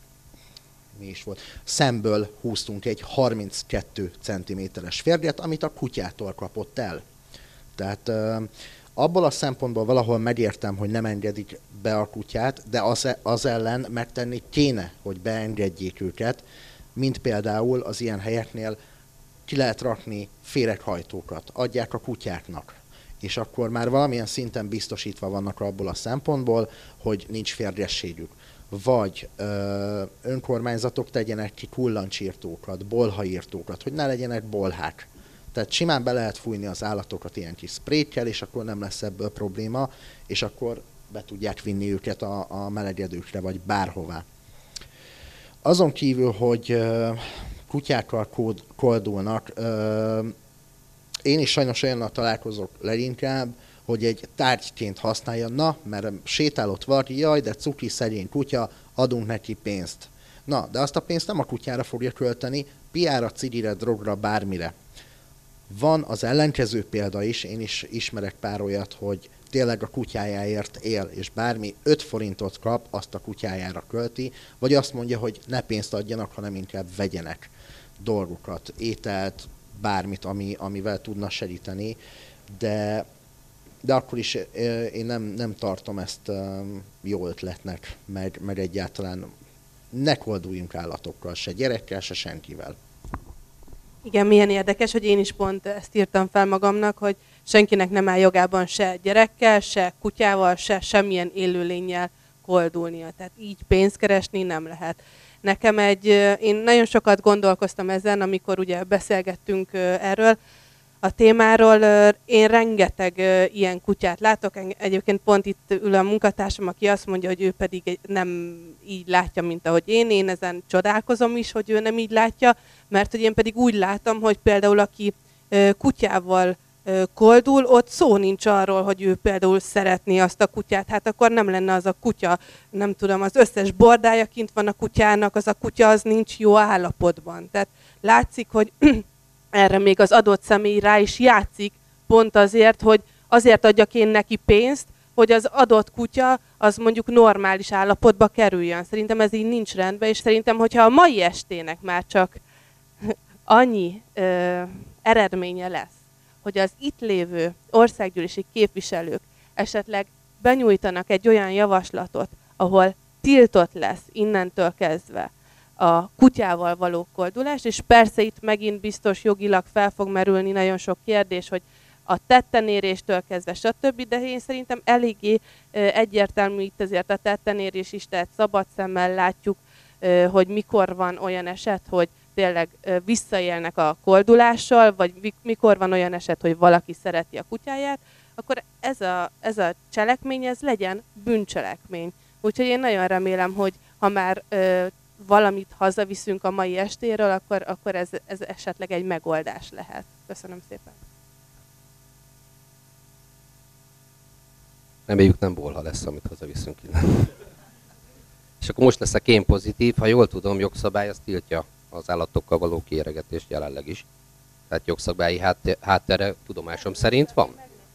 mi is volt, szemből húztunk egy harminckettő centiméteres férget, amit a kutyától kapott el. Tehát abból a szempontból valahol megértem, hogy nem engedik be a kutyát, de az, az ellen megtenni kéne, hogy beengedjék őket, mint például az ilyen helyeknél ki lehet rakni féreghajtókat, adják a kutyáknak. És akkor már valamilyen szinten biztosítva vannak abból a szempontból, hogy nincs férgességük. Vagy ö, önkormányzatok tegyenek ki kullancsírtókat, bolhaírtókat, hogy ne legyenek bolhák. Tehát simán be lehet fújni az állatokat ilyen kis szprékkel, és akkor nem lesz ebből probléma, és akkor be tudják vinni őket a, a melegedőkre, vagy bárhová. Azon kívül, hogy ö, kutyákkal kód, koldulnak, ö, én is sajnos olyannal találkozok leginkább, hogy egy tárgyként használja, na, mert sétálott valaki, jaj, de cuki szegény kutya, adunk neki pénzt. Na, de azt a pénzt nem a kutyára fogja költeni, piára, cigire, drogra, bármire. Van az ellenkező példa is, én is ismerek pár olyat, hogy tényleg a kutyájáért él, és bármi öt forintot kap, azt a kutyájára költi, vagy azt mondja, hogy ne pénzt adjanak, hanem inkább vegyenek dolgokat, ételt, bármit, ami, amivel tudna segíteni, de, de akkor is én nem, nem tartom ezt jó ötletnek, meg, meg egyáltalán ne kolduljunk állatokkal, se gyerekkel, se senkivel. Igen, milyen érdekes, hogy én is pont ezt írtam fel magamnak, hogy senkinek nem áll jogában se gyerekkel, se kutyával, se semmilyen élőlénnyel koldulnia. Tehát így pénzt keresni nem lehet. Nekem egy, én nagyon sokat gondolkoztam ezen, amikor ugye beszélgettünk erről a témáról. Én rengeteg ilyen kutyát látok, egyébként pont itt ül a munkatársam, aki azt mondja, hogy ő pedig nem így látja, mint ahogy én. Én ezen csodálkozom is, hogy ő nem így látja, mert hogy én pedig úgy látom, hogy például aki kutyával koldul, ott szó nincs arról, hogy ő például szeretné azt a kutyát, hát akkor nem lenne az a kutya, nem tudom, az összes bordája kint van a kutyának, az a kutya az nincs jó állapotban. Tehát látszik, hogy erre még az adott személy rá is játszik, pont azért, hogy azért adjak én neki pénzt, hogy az adott kutya az mondjuk normális állapotba kerüljön. Szerintem ez így nincs rendben, és szerintem, hogyha a mai estének már csak annyi ö, eredménye lesz, hogy az itt lévő országgyűlési képviselők esetleg benyújtanak egy olyan javaslatot, ahol tiltott lesz innentől kezdve a kutyával való koldulás, és persze itt megint biztos jogilag fel fog merülni nagyon sok kérdés, hogy a tettenéréstől kezdve, stb., de én szerintem eléggé egyértelmű itt azért a tettenérés is, tehát szabad szemmel látjuk, hogy mikor van olyan eset, hogy tényleg visszaélnek a koldulással, vagy mikor van olyan eset, hogy valaki szereti a kutyáját, akkor ez a, ez a cselekmény, ez legyen bűncselekmény. Úgyhogy én nagyon remélem, hogy ha már ö, valamit hazaviszünk a mai estéről, akkor, akkor ez, ez esetleg egy megoldás lehet. Köszönöm szépen. Reméljük nem bolha lesz, amit hazaviszünk innen. És akkor most leszek én pozitív, ha jól tudom, jogszabály azt tiltja az állatokkal való kiéregetést jelenleg is. Tehát jogszabályi háttere tudomásom szerint van.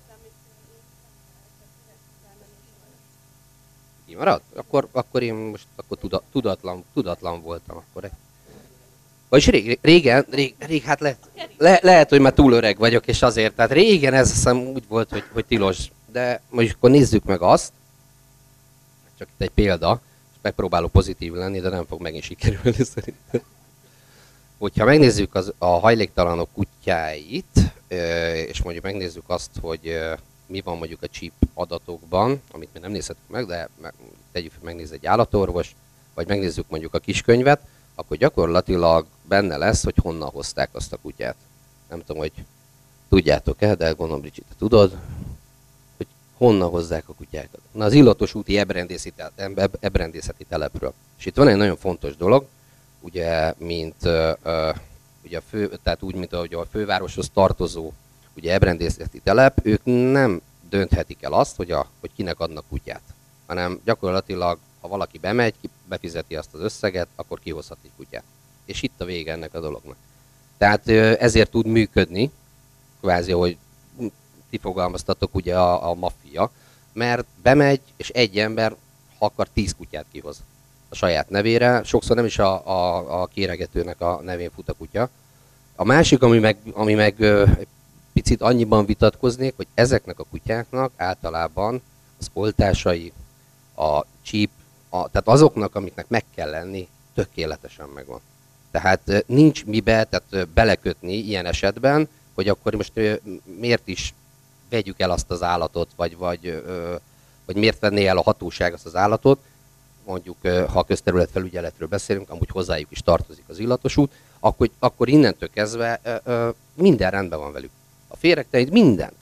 Kimarad? Akkor, akkor én most akkor tudatlan, tudatlan voltam. Akkor. Vagyis rég, régen, rég, rég, hát lehet, le, lehet, hogy már túl öreg vagyok, és azért, tehát régen ez hiszem úgy volt, hogy, hogy tilos. De most akkor nézzük meg azt, csak itt egy példa, és megpróbálok pozitív lenni, de nem fog megint sikerülni szerintem. Hogyha megnézzük az, a hajléktalanok kutyáit, és mondjuk megnézzük azt, hogy mi van mondjuk a chip adatokban, amit mi nem nézhetünk meg, de tegyük, megnéz egy állatorvos, vagy megnézzük mondjuk a kiskönyvet, akkor gyakorlatilag benne lesz, hogy honnan hozták azt a kutyát. Nem tudom, hogy tudjátok-e, de gondolom, Bricsi, te tudod, hogy honnan hozzák a kutyákat. Na, az Illatos úti ebrendészeti telepről. És itt van egy nagyon fontos dolog, ugye, mint uh, ugye a fő, tehát úgy, mint ahogy a fővároshoz tartozó ugye ebrendészeti telep, ők nem dönthetik el azt, hogy, a, hogy kinek adnak kutyát, hanem gyakorlatilag, ha valaki bemegy, befizeti azt az összeget, akkor kihozhat egy kutyát. És itt a vége ennek a dolognak. Tehát ezért tud működni, kvázi, hogy ti fogalmaztatok ugye a, a maffia, mert bemegy, és egy ember, ha akar, tíz kutyát kihoz a saját nevére, sokszor nem is a, a, a kéregetőnek a nevén fut a kutya. A másik, ami meg, ami meg picit annyiban vitatkoznék, hogy ezeknek a kutyáknak általában az oltásai, a chip, a, tehát azoknak, amiknek meg kell lenni, tökéletesen megvan. Tehát nincs mibe, tehát belekötni ilyen esetben, hogy akkor most miért is vegyük el azt az állatot, vagy, vagy, vagy miért venné el a hatóság azt az állatot, mondjuk ha a közterületfelügyeletről beszélünk, amúgy hozzájuk is tartozik az Illatos út, akkor, akkor innentől kezdve minden rendben van velük. A féregtenit, mindent.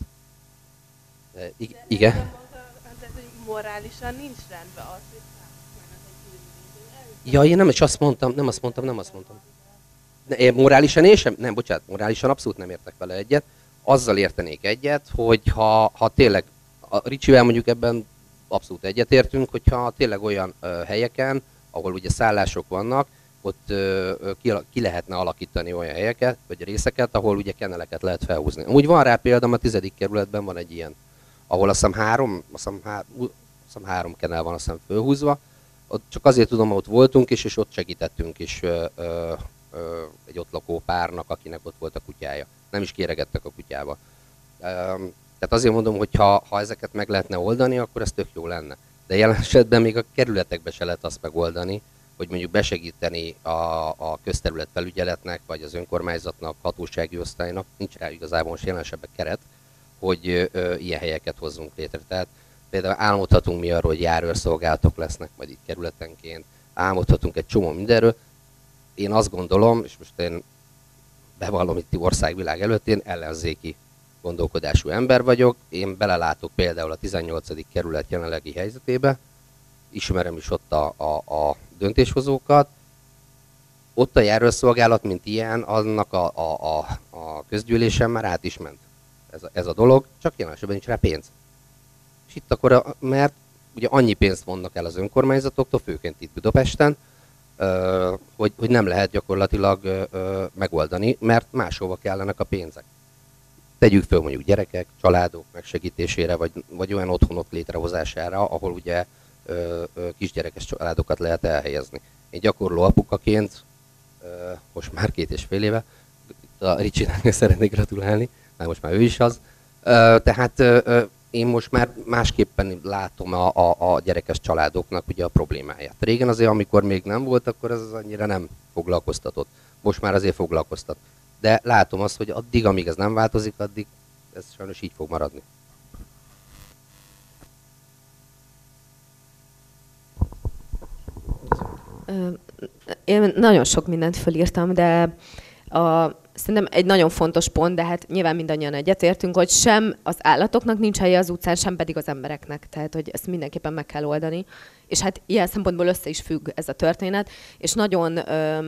I- igen. De morálisan nincs rendben az, hogy ja, én nem is azt mondtam, nem azt mondtam, nem azt mondtam. Ne, morálisan én sem, nem, bocsánat, morálisan abszolút nem értek vele egyet. Azzal értenék egyet, hogy ha, ha tényleg, a Ricsivel mondjuk ebben abszolút egyetértünk, hogyha tényleg olyan ö, helyeken, ahol ugye szállások vannak, ott ö, ki, ki lehetne alakítani olyan helyeket, vagy részeket, ahol ugye kenneleket lehet felhúzni. Amúgy van rá például, a tizedik kerületben van egy ilyen, ahol azt hiszem három, azt hiszem, há, azt hiszem három kennel van azt hiszem fölhúzva. Ott csak azért tudom, ott voltunk is, és ott segítettünk is ö, ö, ö, egy ott lakó párnak, akinek ott volt a kutyája. Nem is kéregettek a kutyába. Ö, tehát azért mondom, hogy ha, ha ezeket meg lehetne oldani, akkor ez tök jó lenne. De jelen esetben még a kerületekben se lehet azt megoldani, hogy mondjuk besegíteni a, a közterület felügyeletnek, vagy az önkormányzatnak, hatósági osztálynak, nincs rá igazából most jelensebben keret, hogy ö, ilyen helyeket hozzunk létre. Tehát például álmodhatunk mi arról, hogy járőrszolgálatok lesznek majd itt kerületenként, álmodhatunk egy csomó mindenről. Én azt gondolom, és most én bevallom itt országvilág előtt, én ellenzéki gondolkodású ember vagyok. Én belelátok például a tizennyolcadik kerület jelenlegi helyzetébe, ismerem is ott a, a, a döntéshozókat. Ott a járőrszolgálat, mint ilyen, annak a, a, a, a közgyűlésen már át is ment ez a, ez a dolog, csak jelenségben nincs rá pénz. És itt akkor, mert ugye annyi pénzt vonnak el az önkormányzatoktól, főként itt Budapesten, hogy, hogy nem lehet gyakorlatilag megoldani, mert máshova kellenek a pénzek. Tegyük föl mondjuk gyerekek, családok megsegítésére, vagy, vagy olyan otthonok létrehozására, ahol ugye kisgyerekes családokat lehet elhelyezni. Én gyakorló apukaként, most már két és fél éve, a Ricsinek szeretnék gratulálni, mert most már ő is az. Tehát én most már másképpen látom a, a, a gyerekes családoknak ugye a problémáját. Régen azért, amikor még nem volt, akkor ez annyira nem foglalkoztatott. Most már azért foglalkoztat. De látom azt, hogy addig, amíg ez nem változik, addig ez sajnos így fog maradni. Én nagyon sok mindent fölírtam, de a, szerintem egy nagyon fontos pont, de hát nyilván mindannyian egyetértünk, hogy sem az állatoknak nincs helye az utcán, sem pedig az embereknek. Tehát, hogy ezt mindenképpen meg kell oldani. És hát ilyen szempontból össze is függ ez a történet, és nagyon... Ö,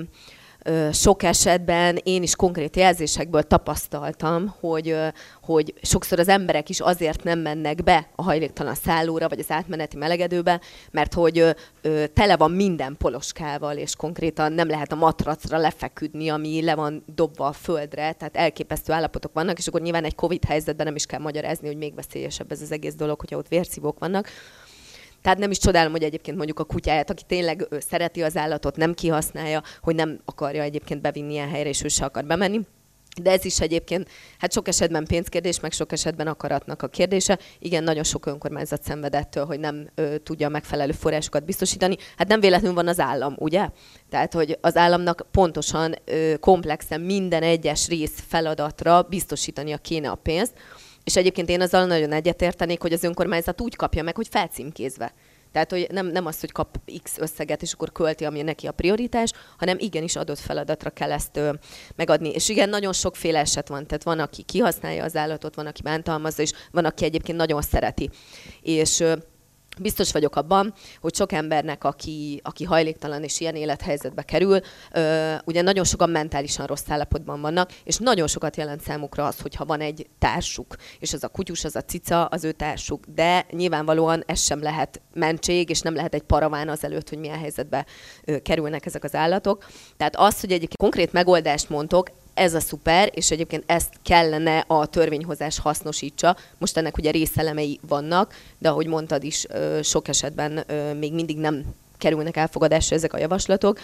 sok esetben én is konkrét jelzésekből tapasztaltam, hogy, hogy sokszor az emberek is azért nem mennek be a hajléktalan szállóra, vagy az átmeneti melegedőbe, mert hogy tele van minden poloskával, és konkrétan nem lehet a matracra lefeküdni, ami le van dobva a földre, tehát elképesztő állapotok vannak, és akkor nyilván egy Covid helyzetben nem is kell magyarázni, hogy még veszélyesebb ez az egész dolog, hogyha ott vérszívók vannak. Tehát nem is csodálom, hogy egyébként mondjuk a kutyáját, aki tényleg szereti az állatot, nem kihasználja, hogy nem akarja egyébként bevinni ilyen helyre, és ő se akar bemenni. De ez is egyébként, hát sok esetben pénzkérdés, meg sok esetben akaratnak a kérdése. Igen, nagyon sok önkormányzat szenvedettől, hogy nem ö, tudja megfelelő forrásokat biztosítani. Hát nem véletlenül van az állam, ugye? Tehát, hogy az államnak pontosan ö, komplexen minden egyes rész feladatra biztosítania kéne a pénzt. És egyébként én azzal nagyon egyetértenék, hogy az önkormányzat úgy kapja meg, hogy felcímkézve. Tehát, hogy nem, nem az, hogy kap X összeget, és akkor költi, ami neki a prioritás, hanem igenis adott feladatra kell ezt ö, megadni. És igen, nagyon sokféle eset van. Tehát van, aki kihasználja az állatot, van, aki bántalmazza, és van, aki egyébként nagyon szereti. És ö, biztos vagyok abban, hogy sok embernek, aki, aki hajléktalan és ilyen élethelyzetbe kerül, ö, ugye nagyon sokan mentálisan rossz állapotban vannak, és nagyon sokat jelent számukra az, hogyha van egy társuk, és az a kutyus, az a cica, az ő társuk. De nyilvánvalóan ez sem lehet mentség, és nem lehet egy paraván azelőtt, hogy milyen helyzetbe ö, kerülnek ezek az állatok. Tehát az, hogy egy konkrét megoldást mondtok, ez a szuper, és egyébként ezt kellene a törvényhozás hasznosítsa. Most ennek ugye részelemei vannak, de ahogy mondtad is, sok esetben még mindig nem kerülnek elfogadásra ezek a javaslatok.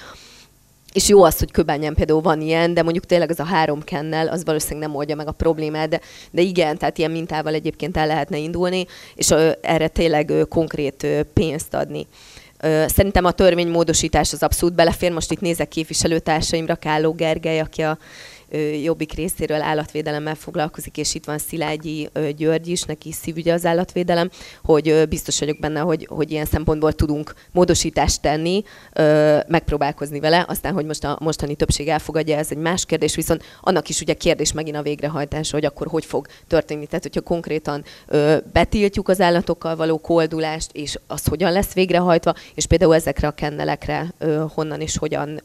És jó az, hogy Kőbányán például van ilyen, de mondjuk tényleg az a három kennel, az valószínűleg nem oldja meg a problémát, de, de igen, tehát ilyen mintával egyébként el lehetne indulni, és erre tényleg konkrét pénzt adni. Szerintem a törvénymódosítás az abszolút belefér. Most itt nézek képviselőtársaimra, Kálló Gergely, aki a Jobbik részéről állatvédelemmel foglalkozik, és itt van Szilágyi György is, neki szívügye az állatvédelem, hogy biztos vagyok benne, hogy, hogy ilyen szempontból tudunk módosítást tenni, megpróbálkozni vele, aztán, hogy most a mostani többség elfogadja, ez egy más kérdés, viszont annak is ugye kérdés megint a végrehajtása, hogy akkor hogy fog történni. Tehát, hogyha konkrétan betiltjuk az állatokkal való koldulást, és az hogyan lesz végrehajtva, és például ezekre a kennelekre honnan és hogyan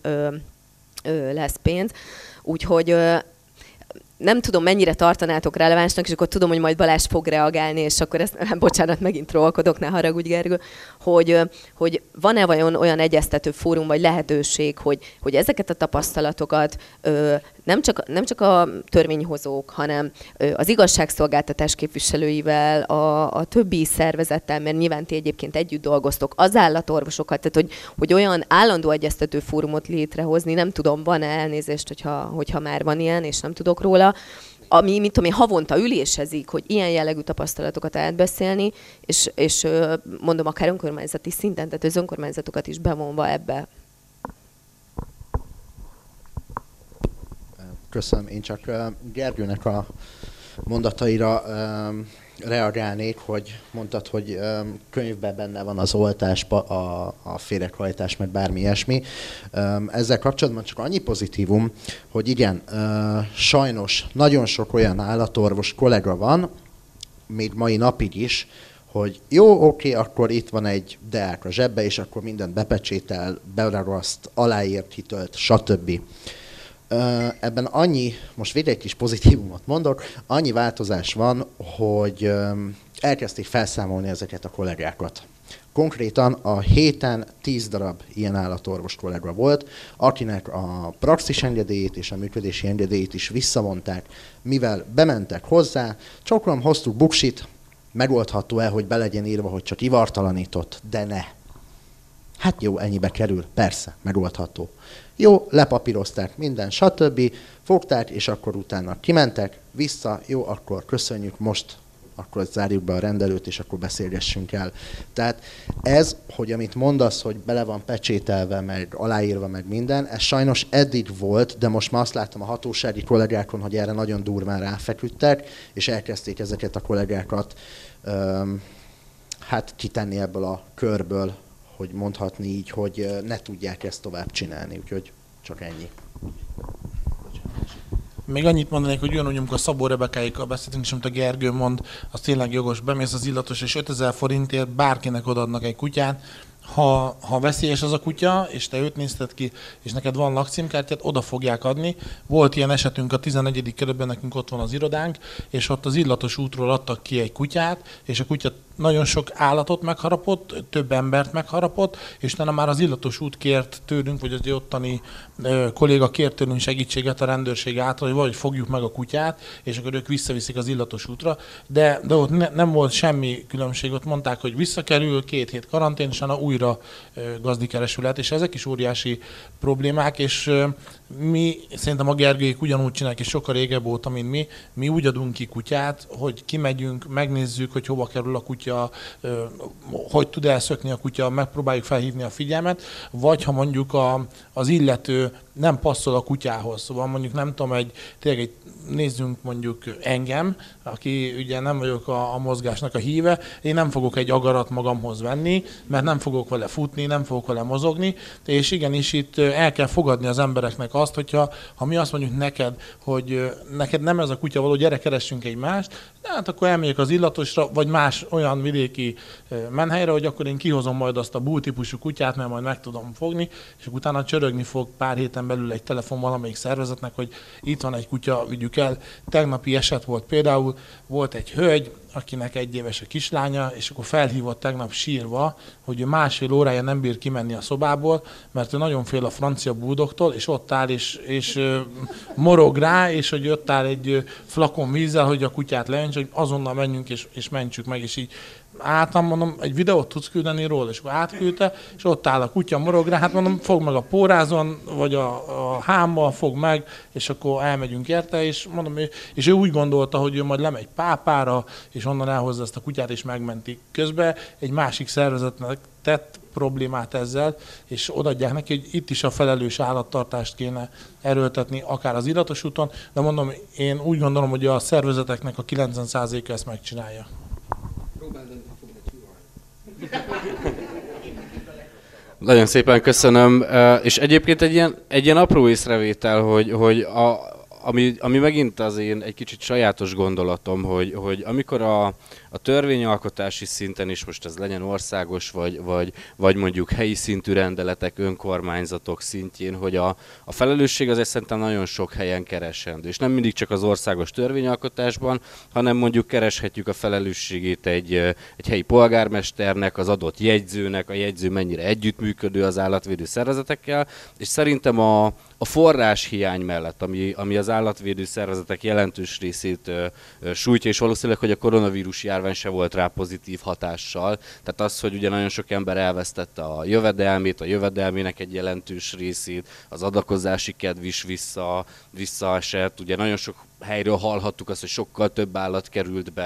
lesz pénz. Úgyhogy nem tudom, mennyire tartanátok relevánsnak, és akkor tudom, hogy majd Balázs fog reagálni, és akkor ezt, bocsánat, megint trollkodok, ne haragudj, Gergő, hogy, hogy van-e vajon olyan egyeztető fórum, vagy lehetőség, hogy, hogy ezeket a tapasztalatokat nem csak, nem csak a törvényhozók, hanem az igazságszolgáltatás képviselőivel, a, a többi szervezettel, mert nyilván ti egyébként együtt dolgoztok, az állatorvosokat, tehát hogy, hogy olyan állandó egyeztető fórumot létrehozni, nem tudom, van-e elnézést, hogyha, hogyha már van ilyen, és nem tudok róla, ami, mint tudom én, havonta ülésezik, hogy ilyen jellegű tapasztalatokat átbeszélni, és, és mondom, akár önkormányzati szinten, tehát az önkormányzatokat is bevonva ebbe. Köszönöm. Én csak uh, Gergőnek a mondataira um, reagálnék, hogy mondtad, hogy um, könyvben benne van az oltás, a, a féreghajtás, meg bármi ilyesmi. Um, ezzel kapcsolatban csak annyi pozitívum, hogy igen, uh, sajnos nagyon sok olyan állatorvos kollega van, még mai napig is, hogy jó, oké, akkor itt van egy deák a zsebbe, és akkor mindent bepecsétel, beragaszt, aláírt, hitölt, stb. Ebben annyi, most végre egy kis pozitívumot mondok, annyi változás van, hogy elkezdték felszámolni ezeket a kollégákat. Konkrétan a héten tíz darab ilyen állatorvos kollega volt, akinek a praxis engedélyét és a működési engedélyét is visszavonták, mivel bementek hozzá, csokrom hoztuk buksit, megoldható-e, hogy be legyen írva, hogy csak ivartalanított, de ne. Hát jó, ennyibe kerül, persze, megoldható. Jó, lepapírozták minden, stb. Fogták, és akkor utána kimentek, vissza, jó, akkor köszönjük, most akkor zárjuk be a rendelőt, és akkor beszélgessünk el. Tehát ez, hogy amit mondasz, hogy bele van pecsételve, meg aláírva, meg minden, ez sajnos eddig volt, de most már azt láttam a hatósági kollégákon, hogy erre nagyon durván ráfeküdtek, és elkezdték ezeket a kollégákat öm, hát kitenni ebből a körből, hogy mondhatni így, hogy ne tudják ezt tovább csinálni, úgyhogy csak ennyi. Még annyit mondanék, hogy ugyanúgy, amikor a Szabó Rebekáikkal beszéltünk, és amit a Gergő mond, az tényleg jogos, bemész az illatos, és ötezer forintért bárkinek odaadnak egy kutyát. Ha, ha veszélyes az a kutya, és te őt nézted ki, és neked van lakcímkártyát, oda fogják adni. Volt ilyen esetünk a tizennegyedik kerületben, nekünk ott van az irodánk, és ott az illatos útról adtak ki egy kutyát, és a kutya nagyon sok állatot megharapott, több embert megharapott, és utána már az illatos út kért tőlünk, vagy az ottani ö, kolléga kért tőlünk segítséget a rendőrség által, hogy vagy fogjuk meg a kutyát, és akkor ők visszaviszik az illatos útra, de, de ott ne, nem volt semmi különbség, ott mondták, hogy visszakerül, két hét karantén, és utána újra ö, gazdikereső lehet, és ezek is óriási problémák, és ö, mi, szerintem a Gergőjék ugyanúgy csinálják, és sokkal régebb óta, mint mi, mi úgy adunk ki kutyát, hogy kimegyünk, megnézzük, hogy hova kerül a kutya, hogy tud elszökni a kutya, megpróbáljuk felhívni a figyelmet, vagy ha mondjuk a, az illető nem passzol a kutyához, szóval mondjuk nem tudom, egy, tényleg egy, nézzünk mondjuk engem, aki ugye nem vagyok a, a mozgásnak a híve, én nem fogok egy agarat magamhoz venni, mert nem fogok vele futni, nem fogok vele mozogni, és igenis itt el kell fogadni az embereknek azt, hogyha ha mi azt mondjuk neked, hogy neked nem ez a kutya való, gyere, keressünk egy mást, de hát akkor elmegyek az illatosra, vagy más olyan vidéki menhelyre, hogy akkor én kihozom majd azt a bull típusú kutyát, mert majd meg tudom fogni, és akkor utána csörögni fog pár héten belül egy telefon valamelyik szervezetnek, hogy itt van egy kutya, vigyük el. Tegnapi eset volt például, volt egy hölgy, akinek egy éves a kislánya, és akkor felhívott tegnap sírva, hogy ő másfél órája nem bír kimenni a szobából, mert ő nagyon fél a francia bulldogtól, és ott áll, és, és morog rá, és hogy ott áll egy flakon vízzel, hogy a kutyát leönts, hogy azonnal menjünk, és, és mentsük meg, és így álltam, mondom, egy videót tudsz küldeni róla, és akkor átküldte, és ott áll a kutya, morog rá, hát mondom, fog meg a pórázon, vagy a, a hámmal, fog meg, és akkor elmegyünk érte, és mondom, és ő úgy gondolta, hogy ő majd lemegy Pápára, és onnan elhozza ezt a kutyát, és megmenti. Közben egy másik szervezetnek tett problémát ezzel, és odaadják neki, hogy itt is a felelős állattartást kéne erőltetni, akár az illatos úton, de mondom, én úgy gondolom, hogy a szervezeteknek a kilencven százaléka ezt megcsinálja. Nagyon szépen köszönöm, és egyébként egy ilyen, egy ilyen apró észrevétel, hogy, hogy a, ami, ami megint az én egy kicsit sajátos gondolatom, hogy, hogy amikor a, a törvényalkotási szinten is, most ez legyen országos, vagy, vagy, vagy mondjuk helyi szintű rendeletek, önkormányzatok szintjén, hogy a, a felelősség azért szerintem nagyon sok helyen keresendő. És nem mindig csak az országos törvényalkotásban, hanem mondjuk kereshetjük a felelősségét egy, egy helyi polgármesternek, az adott jegyzőnek, a jegyző mennyire együttműködő az állatvédő szervezetekkel, és szerintem a, a forráshiány mellett, ami, ami az állatvédő szervezetek jelentős részét ö, ö, sújtja, és valószínűleg, hogy a koronavírus járvány se volt rá pozitív hatással. Tehát az, hogy ugye nagyon sok ember elvesztette a jövedelmét, a jövedelmének egy jelentős részét, az adakozási kedv is vissza, visszaesett. Ugye nagyon sok helyről hallhattuk azt, hogy sokkal több állat került be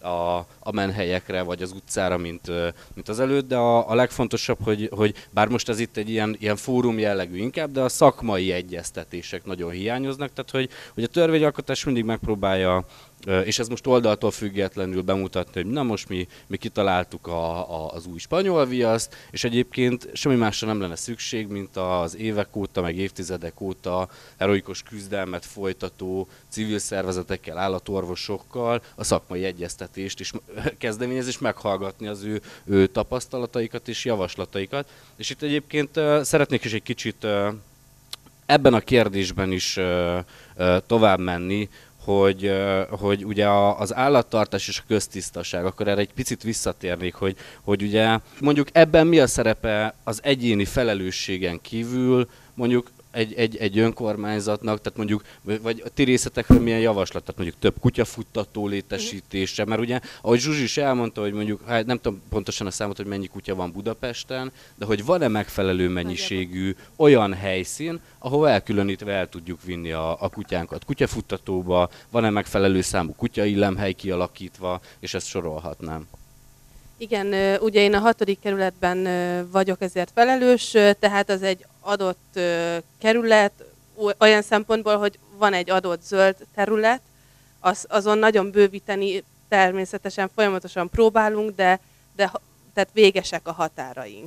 a, a menhelyekre, vagy az utcára, mint, mint az előtt, de a, a legfontosabb, hogy, hogy bár most ez itt egy ilyen, ilyen fórum jellegű inkább, de a szakmai egyeztetések nagyon hiányoznak, tehát hogy, hogy a törvényalkotás mindig megpróbálja, és ez most oldaltól függetlenül bemutatni, hogy na most mi, mi kitaláltuk a, a, az új spanyol viaszt, és egyébként semmi másra nem lenne szükség, mint az évek óta, meg évtizedek óta heroikus küzdelmet folytató civil szervezetekkel, állatorvosokkal a szakmai egyeztetést is kezdeményezni, és meghallgatni az ő, ő tapasztalataikat és javaslataikat. És itt egyébként uh, szeretnék is egy kicsit uh, ebben a kérdésben is uh, uh, tovább menni, hogy, hogy ugye az állattartás és a köztisztaság, akkor erre egy picit visszatérnék, hogy, hogy ugye mondjuk ebben mi a szerepe az egyéni felelősségen kívül, mondjuk egy, egy, egy önkormányzatnak, tehát mondjuk, vagy a ti részletekről milyen javaslat, tehát mondjuk több kutyafuttató létesítése, mert ugye, ahogy Zsuzsi is elmondta, hogy mondjuk, hát nem tudom pontosan a számot, hogy mennyi kutya van Budapesten, de hogy van-e megfelelő mennyiségű olyan helyszín, ahol elkülönítve el tudjuk vinni a, a kutyánkat kutyafuttatóba, van-e megfelelő számú kutyaillemhely kialakítva, és ezt sorolhatnám. Igen, ugye én a hatodik kerületben vagyok ezért felelős, tehát az egy adott kerület olyan szempontból, hogy van egy adott zöld terület, az, azon nagyon bővíteni természetesen folyamatosan próbálunk, de, de tehát végesek a határaink.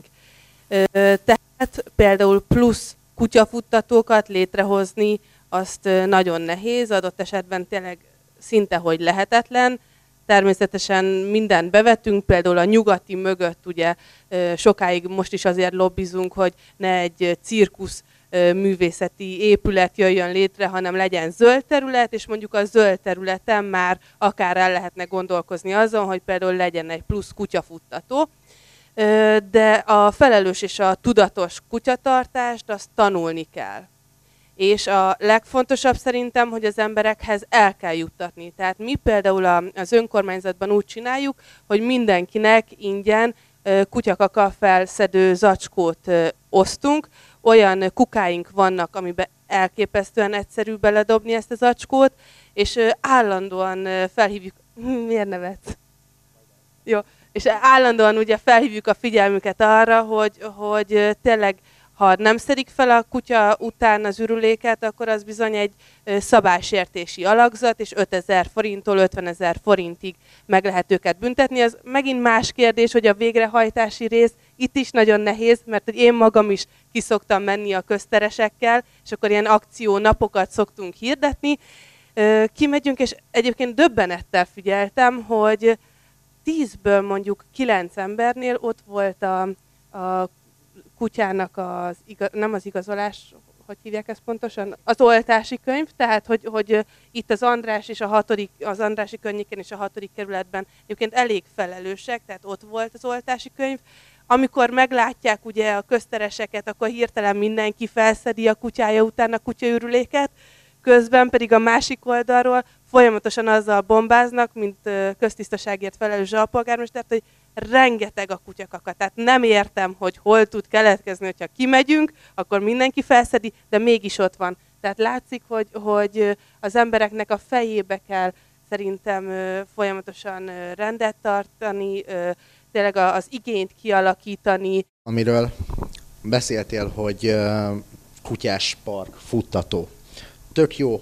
Tehát például plusz kutyafuttatókat létrehozni, azt nagyon nehéz, adott esetben tényleg szinte hogy lehetetlen. Természetesen mindent bevetünk, például a nyugati mögött ugye sokáig most is azért lobbizunk, hogy ne egy cirkusz művészeti épület jöjjön létre, hanem legyen zöld terület, és mondjuk a zöld területen már akár el lehetne gondolkozni azon, hogy például legyen egy plusz kutyafuttató. De a felelős és a tudatos kutyatartást azt tanulni kell. És a legfontosabb szerintem, hogy az emberekhez el kell juttatni. Tehát mi például az önkormányzatban úgy csináljuk, hogy mindenkinek ingyen kutyakaka felszedő zacskót osztunk. Olyan kukáink vannak, amiben elképesztően egyszerű beledobni ezt a zacskót, és állandóan felhívjuk... Miért nevetsz? Jó. És állandóan ugye felhívjuk a figyelmüket arra, hogy, hogy tényleg ha nem szedik fel a kutya után az ürüléket, akkor az bizony egy szabálysértési alakzat, és ötezer forinttól ötvenezer forintig meg lehet őket büntetni. Ez megint más kérdés, hogy a végrehajtási rész itt is nagyon nehéz, mert hogy én magam is ki szoktam menni a közteresekkel, és akkor ilyen akciónapokat szoktunk hirdetni. Kimegyünk, és egyébként döbbenettel figyeltem, hogy tízből mondjuk kilenc embernél ott volt a, a kutyának az, igaz, nem az igazolás, hogy hívják ezt pontosan, az oltási könyv, tehát hogy, hogy itt az András és a hatodik, az Andrási környéken és a hatodik kerületben egyébként elég felelősek, tehát ott volt az oltási könyv. Amikor meglátják ugye a köztereseket, akkor hirtelen mindenki felszedi a kutyája után a kutyaürüléket, közben pedig a másik oldalról folyamatosan azzal bombáznak, mint köztisztaságért felelős alpolgármester, hogy rengeteg a kutyakaka. Tehát nem értem, hogy hol tud keletkezni, hogyha kimegyünk, akkor mindenki felszedi, de mégis ott van. Tehát látszik, hogy, hogy az embereknek a fejébe kell szerintem folyamatosan rendet tartani, tényleg az igényt kialakítani. Amiről beszéltél, hogy kutyás park, futtató. Tök jó.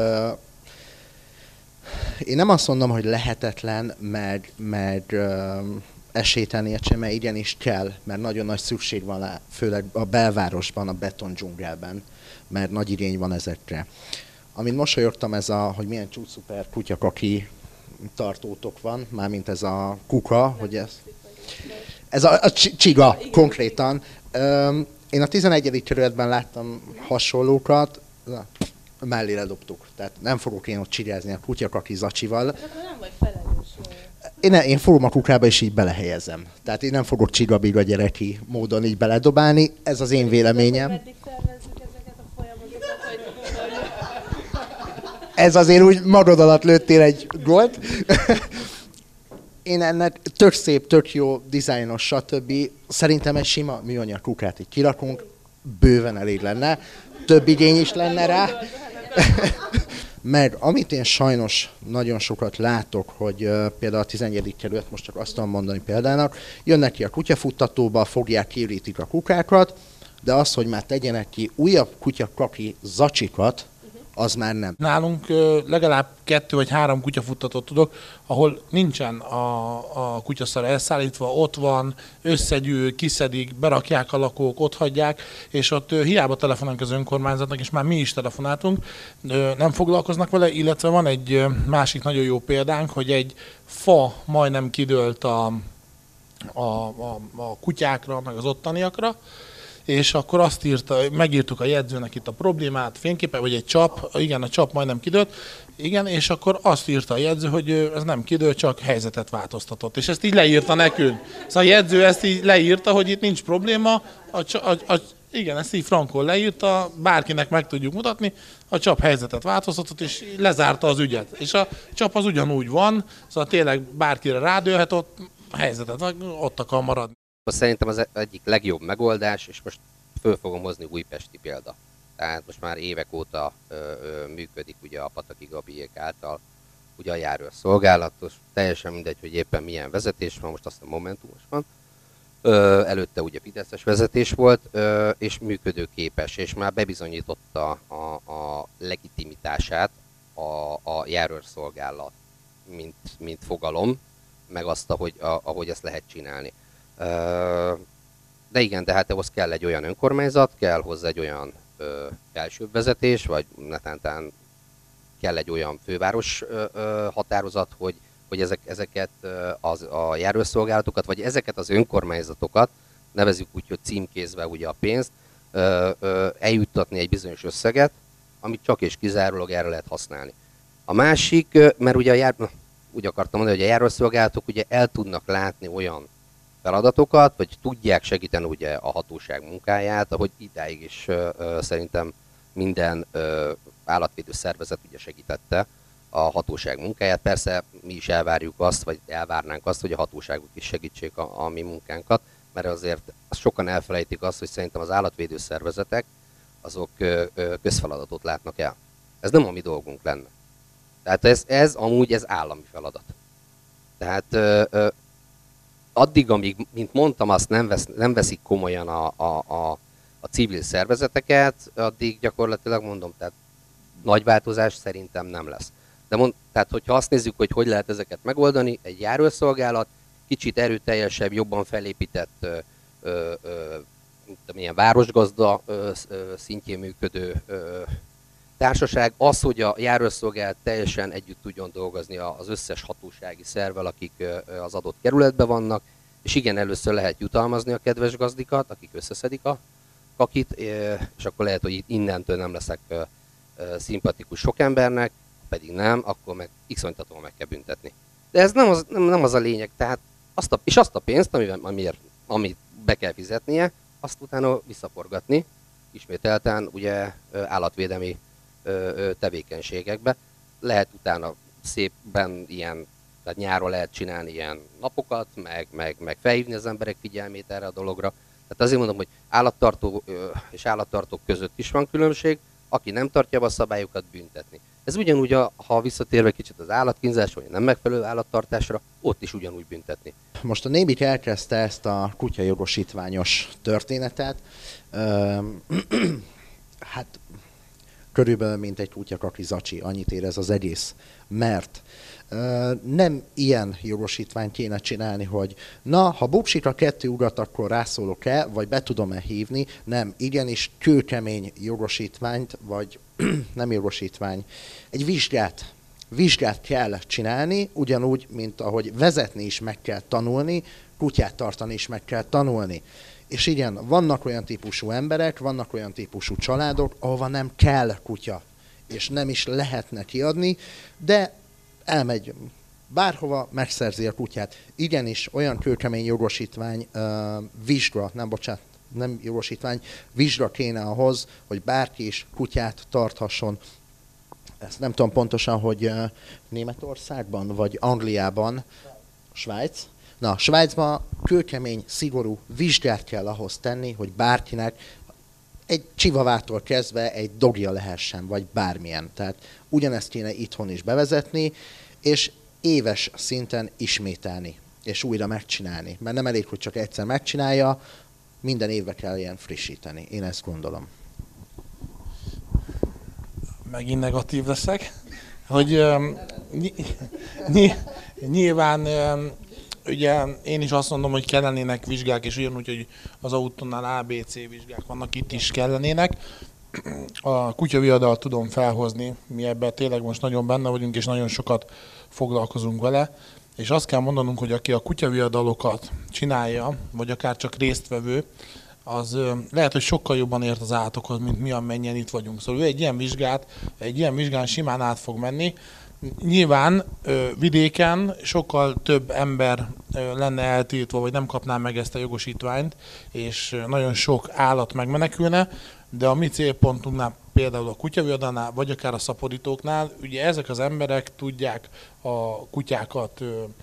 Én nem azt mondom, hogy lehetetlen, meg, meg esélytelen értsen, mert igenis kell, mert nagyon nagy szükség van rá, főleg a belvárosban, a betondzsungelben, mert nagy igény van ezekre. Amint mosolyogtam, ez a, hogy milyen csúcsszuper kutyakaki tartótok van, mármint ez a kuka, hogy ez... Ez a, a csiga, konkrétan. Én a tizenegyedik kerületben láttam hasonlókat, mellére dobtuk. Tehát nem fogok én ott csigázni a kutyakaki zacsival. Nem vagy felelős. Én, én fogom a kukába, és így belehelyezem. Tehát én nem fogok csigabiga gyereki módon így beledobálni. Ez az én véleményem. Meddig szervezzük ezeket a folyamatokat, hogy... Ez azért úgy magad alatt lőttél egy gólt. Én ennek tök szép, tök jó, dizájnos, stb. Szerintem egy sima műanyag kukát így kirakunk, bőven elég lenne. Több igény is lenne rá. Meg amit én sajnos nagyon sokat látok, hogy uh, például a tizenegyedik kerület, most csak azt tudom mondani példának, jönnek ki a kutyafuttatóba, fogják, kiürítik a kukákat, de az, hogy már tegyenek ki újabb kutyakaki zacsikat, az már nem. Nálunk legalább kettő vagy három kutyafuttatót tudok, ahol nincsen a, a kutyaszar elszállítva, ott van, összegyűl, kiszedik, berakják a lakók, ott hagyják, és ott hiába telefonálunk az önkormányzatnak, és már mi is telefonáltunk, nem foglalkoznak vele, illetve van egy másik nagyon jó példánk, hogy egy fa majdnem kidőlt a, a, a, a kutyákra, meg az ottaniakra, és akkor azt írta, megírtuk a jegyzőnek itt a problémát, fényképe, vagy egy csap, igen, a csap majdnem kidőlt, igen, és akkor azt írta a jegyző, hogy ez nem kidőlt, csak helyzetet változtatott. És ezt így leírta nekünk. Szóval a jegyző ezt így leírta, hogy itt nincs probléma, a, a, a, igen, ezt így frankon leírta, bárkinek meg tudjuk mutatni, a csap helyzetet változtatott, és lezárta az ügyet. És a csap az ugyanúgy van, szóval tényleg bárkire rádőlhet, ott a helyzetet, ott akar maradni. Szerintem az egyik legjobb megoldás, és most föl fogom hozni újpesti példa. Tehát most már évek óta ö, ö, működik ugye a Pataki Gabiék által ugye a járőrszolgálatos, teljesen mindegy, hogy éppen milyen vezetés van, most azt a Momentumos van. Ö, előtte ugye fideszes vezetés volt, ö, és működőképes, és már bebizonyította a, a legitimitását a, a járőrszolgálat, mint, mint fogalom, meg azt, ahogy, a, ahogy ezt lehet csinálni. De igen, de hát ahhoz kell egy olyan önkormányzat, kell hozzá egy olyan ö, felsőbb vezetés, vagy netántán kell egy olyan főváros ö, ö, határozat, hogy, hogy ezek, ezeket az, a járőrszolgálatokat, vagy ezeket az önkormányzatokat, nevezzük úgy, hogy címkézve ugye a pénzt, ö, ö, eljuttatni egy bizonyos összeget, amit csak és kizárólag erre lehet használni. A másik, mert ugye a jár, úgy akartam mondani, hogy a járőrszolgálatok ugye el tudnak látni olyan feladatokat, vagy tudják segíteni ugye a hatóság munkáját, ahogy idáig is ö, ö, szerintem minden ö, állatvédő szervezet ugye segítette a hatóság munkáját. Persze mi is elvárjuk azt, vagy elvárnánk azt, hogy a hatóságok is segítsék a, a mi munkánkat, mert azért sokan elfelejtik azt, hogy szerintem az állatvédő szervezetek azok ö, ö, közfeladatot látnak el. Ez nem a mi dolgunk lenne. Tehát ez, ez amúgy ez állami feladat. Tehát ö, ö, addig, amíg, mint mondtam, azt nem, vesz, nem veszik komolyan a, a, a, a civil szervezeteket, addig gyakorlatilag mondom, tehát nagy változás szerintem nem lesz. De mond, tehát, hogyha azt nézzük, hogy hogy lehet ezeket megoldani, egy járőrszolgálat, kicsit erőteljesebb, jobban felépített, ö, ö, ö, milyen városgazda ö, ö, szintjén működő ö, társaság, az, hogy a járőrszolgálat teljesen együtt tudjon dolgozni az összes hatósági szervvel, akik az adott kerületben vannak, és igen, először lehet jutalmazni a kedves gazdikat, akik összeszedik a kakit, és akkor lehet, hogy innentől nem leszek szimpatikus sok embernek, pedig nem, akkor meg iszonytatóan meg kell büntetni. De ez nem az, nem, nem az a lényeg, tehát azt a, és azt a pénzt, amivel, amiért, amit be kell fizetnie, azt utána visszaforgatni, ismételten ugye állatvédelmi tevékenységekbe. Lehet utána szépen ilyen, tehát nyáron lehet csinálni ilyen napokat, meg, meg, meg felhívni az emberek figyelmét erre a dologra. Tehát azért mondom, hogy állattartó és állattartók között is van különbség, aki nem tartja be a szabályokat, büntetni. Ez ugyanúgy, a, ha visszatérve kicsit az állatkínzásra, vagy nem megfelelő állattartásra, ott is ugyanúgy büntetni. Most a Nébik elkezdte ezt a kutyajogosítványos történetet. Hát körülbelül mint egy kutyakaki zacsi, annyit ér ez az egész. Mert uh, nem ilyen jogosítványt kéne csinálni, hogy na, ha bupsik a kettő ugat, akkor rászólok-e, vagy be tudom-e hívni. Nem, igenis kőkemény jogosítványt, vagy nem jogosítvány, egy vizsgát, vizsgát kell csinálni, ugyanúgy, mint ahogy vezetni is meg kell tanulni, kutyát tartani is meg kell tanulni. És igen, vannak olyan típusú emberek, vannak olyan típusú családok, ahova nem kell kutya, és nem is lehetne kiadni, de elmegy bárhova, megszerzi a kutyát. Igenis, olyan kőkemény jogosítvány, uh, vizsga, nem bocsánat, nem jogosítvány, vizsga kéne ahhoz, hogy bárki is kutyát tarthasson. Ezt nem tudom pontosan, hogy uh, Németországban, vagy Angliában, Svájc, Na, Svájcban kőkemény, szigorú vizsgát kell ahhoz tenni, hogy bárkinek egy csivavától kezdve egy dogja lehessen, vagy bármilyen. Tehát ugyanezt kéne itthon is bevezetni, és éves szinten ismételni, és újra megcsinálni. Mert nem elég, hogy csak egyszer megcsinálja, minden évbe kell ilyen frissíteni. Én ezt gondolom. Megint negatív leszek, hogy um, ny- ny- nyilván um, ugye én is azt mondom, hogy kellenének vizsgák, és ugyanúgy, hogy az autónál á bé cé vizsgák vannak, itt is kellenének. A kutyaviadalt tudom felhozni, mi ebben tényleg most nagyon benne vagyunk, és nagyon sokat foglalkozunk vele. És azt kell mondanunk, hogy aki a kutyaviadalokat csinálja, vagy akár csak résztvevő, az lehet, hogy sokkal jobban ért az állatokhoz, mint mi, amennyien itt vagyunk. Szóval ő egy ilyen vizsgát, egy ilyen vizsgán simán át fog menni. Nyilván vidéken sokkal több ember lenne eltiltva, vagy nem kapná meg ezt a jogosítványt, és nagyon sok állat megmenekülne, de a mi célpontunknál, például a kutyaviadalnál, vagy akár a szaporítóknál, ugye ezek az emberek tudják a kutyákat,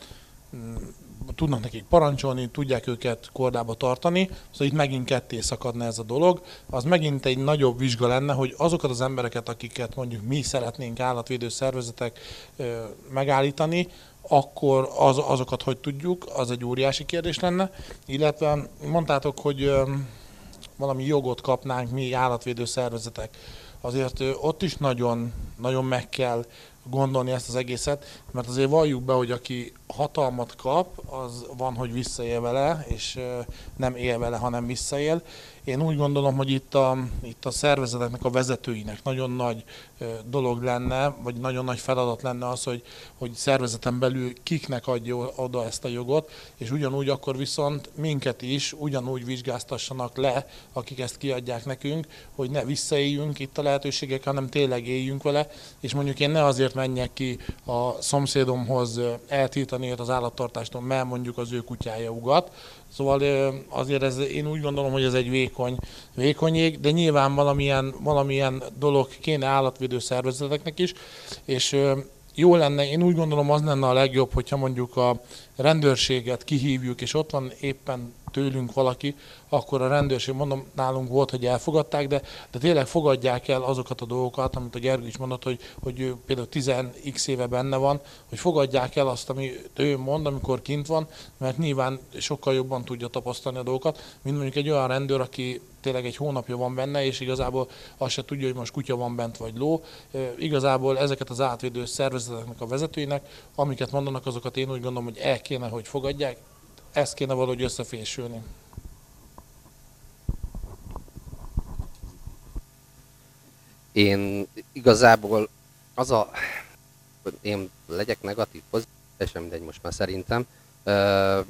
tudnak nekik parancsolni, tudják őket kordába tartani, szóval itt megint ketté szakadna ez a dolog. Az megint egy nagyobb vizsga lenne, hogy azokat az embereket, akiket mondjuk mi szeretnénk állatvédő szervezetek megállítani, akkor az, azokat hogy tudjuk, az egy óriási kérdés lenne. Illetve mondtátok, hogy valami jogot kapnánk mi állatvédő szervezetek. Azért ott is nagyon, nagyon meg kell gondolni ezt az egészet, mert azért valljuk be, hogy aki hatalmat kap, az van, hogy visszaél vele, és nem él vele, hanem visszaél. Én úgy gondolom, hogy itt a, itt a szervezeteknek, a vezetőinek nagyon nagy dolog lenne, vagy nagyon nagy feladat lenne az, hogy, hogy szervezeten belül kiknek adja oda ezt a jogot, és ugyanúgy akkor viszont minket is ugyanúgy vizsgáztassanak le, akik ezt kiadják nekünk, hogy ne visszaéljünk itt a lehetőségekkel, hanem tényleg éljünk vele, és mondjuk én ne azért menjek ki a szomszédomhoz eltiltani őt az állattartástól, mert mondjuk az ő kutyája ugat. Szóval azért ez, én úgy gondolom, hogy ez egy vékony, vékony jég, de nyilván valamilyen, valamilyen dolog kéne állatvédő szervezeteknek is, és jó lenne, én úgy gondolom, az lenne a legjobb, hogyha mondjuk a rendőrséget kihívjuk, és ott van éppen tőlünk valaki, akkor a rendőrség, mondom, nálunk volt, hogy elfogadták, de, de tényleg fogadják el azokat a dolgokat, amit a Gergő is mondott, hogy, hogy ő például tíz x éve benne van, hogy fogadják el azt, amit ő mond, amikor kint van, mert nyilván sokkal jobban tudja tapasztalni a dolgokat, mint mondjuk egy olyan rendőr, aki tényleg egy hónapja van benne, és igazából azt se tudja, hogy most kutya van bent vagy ló. E, igazából ezeket az átvédő szervezeteknek a vezetőinek, amiket mondanak, azokat én úgy gondolom, hogy el kéne, hogy fogadják, ezt kéne valahogy összefésülni. Én igazából az a, én legyek negatív, pozitív, sem mindegy most már szerintem. Uh,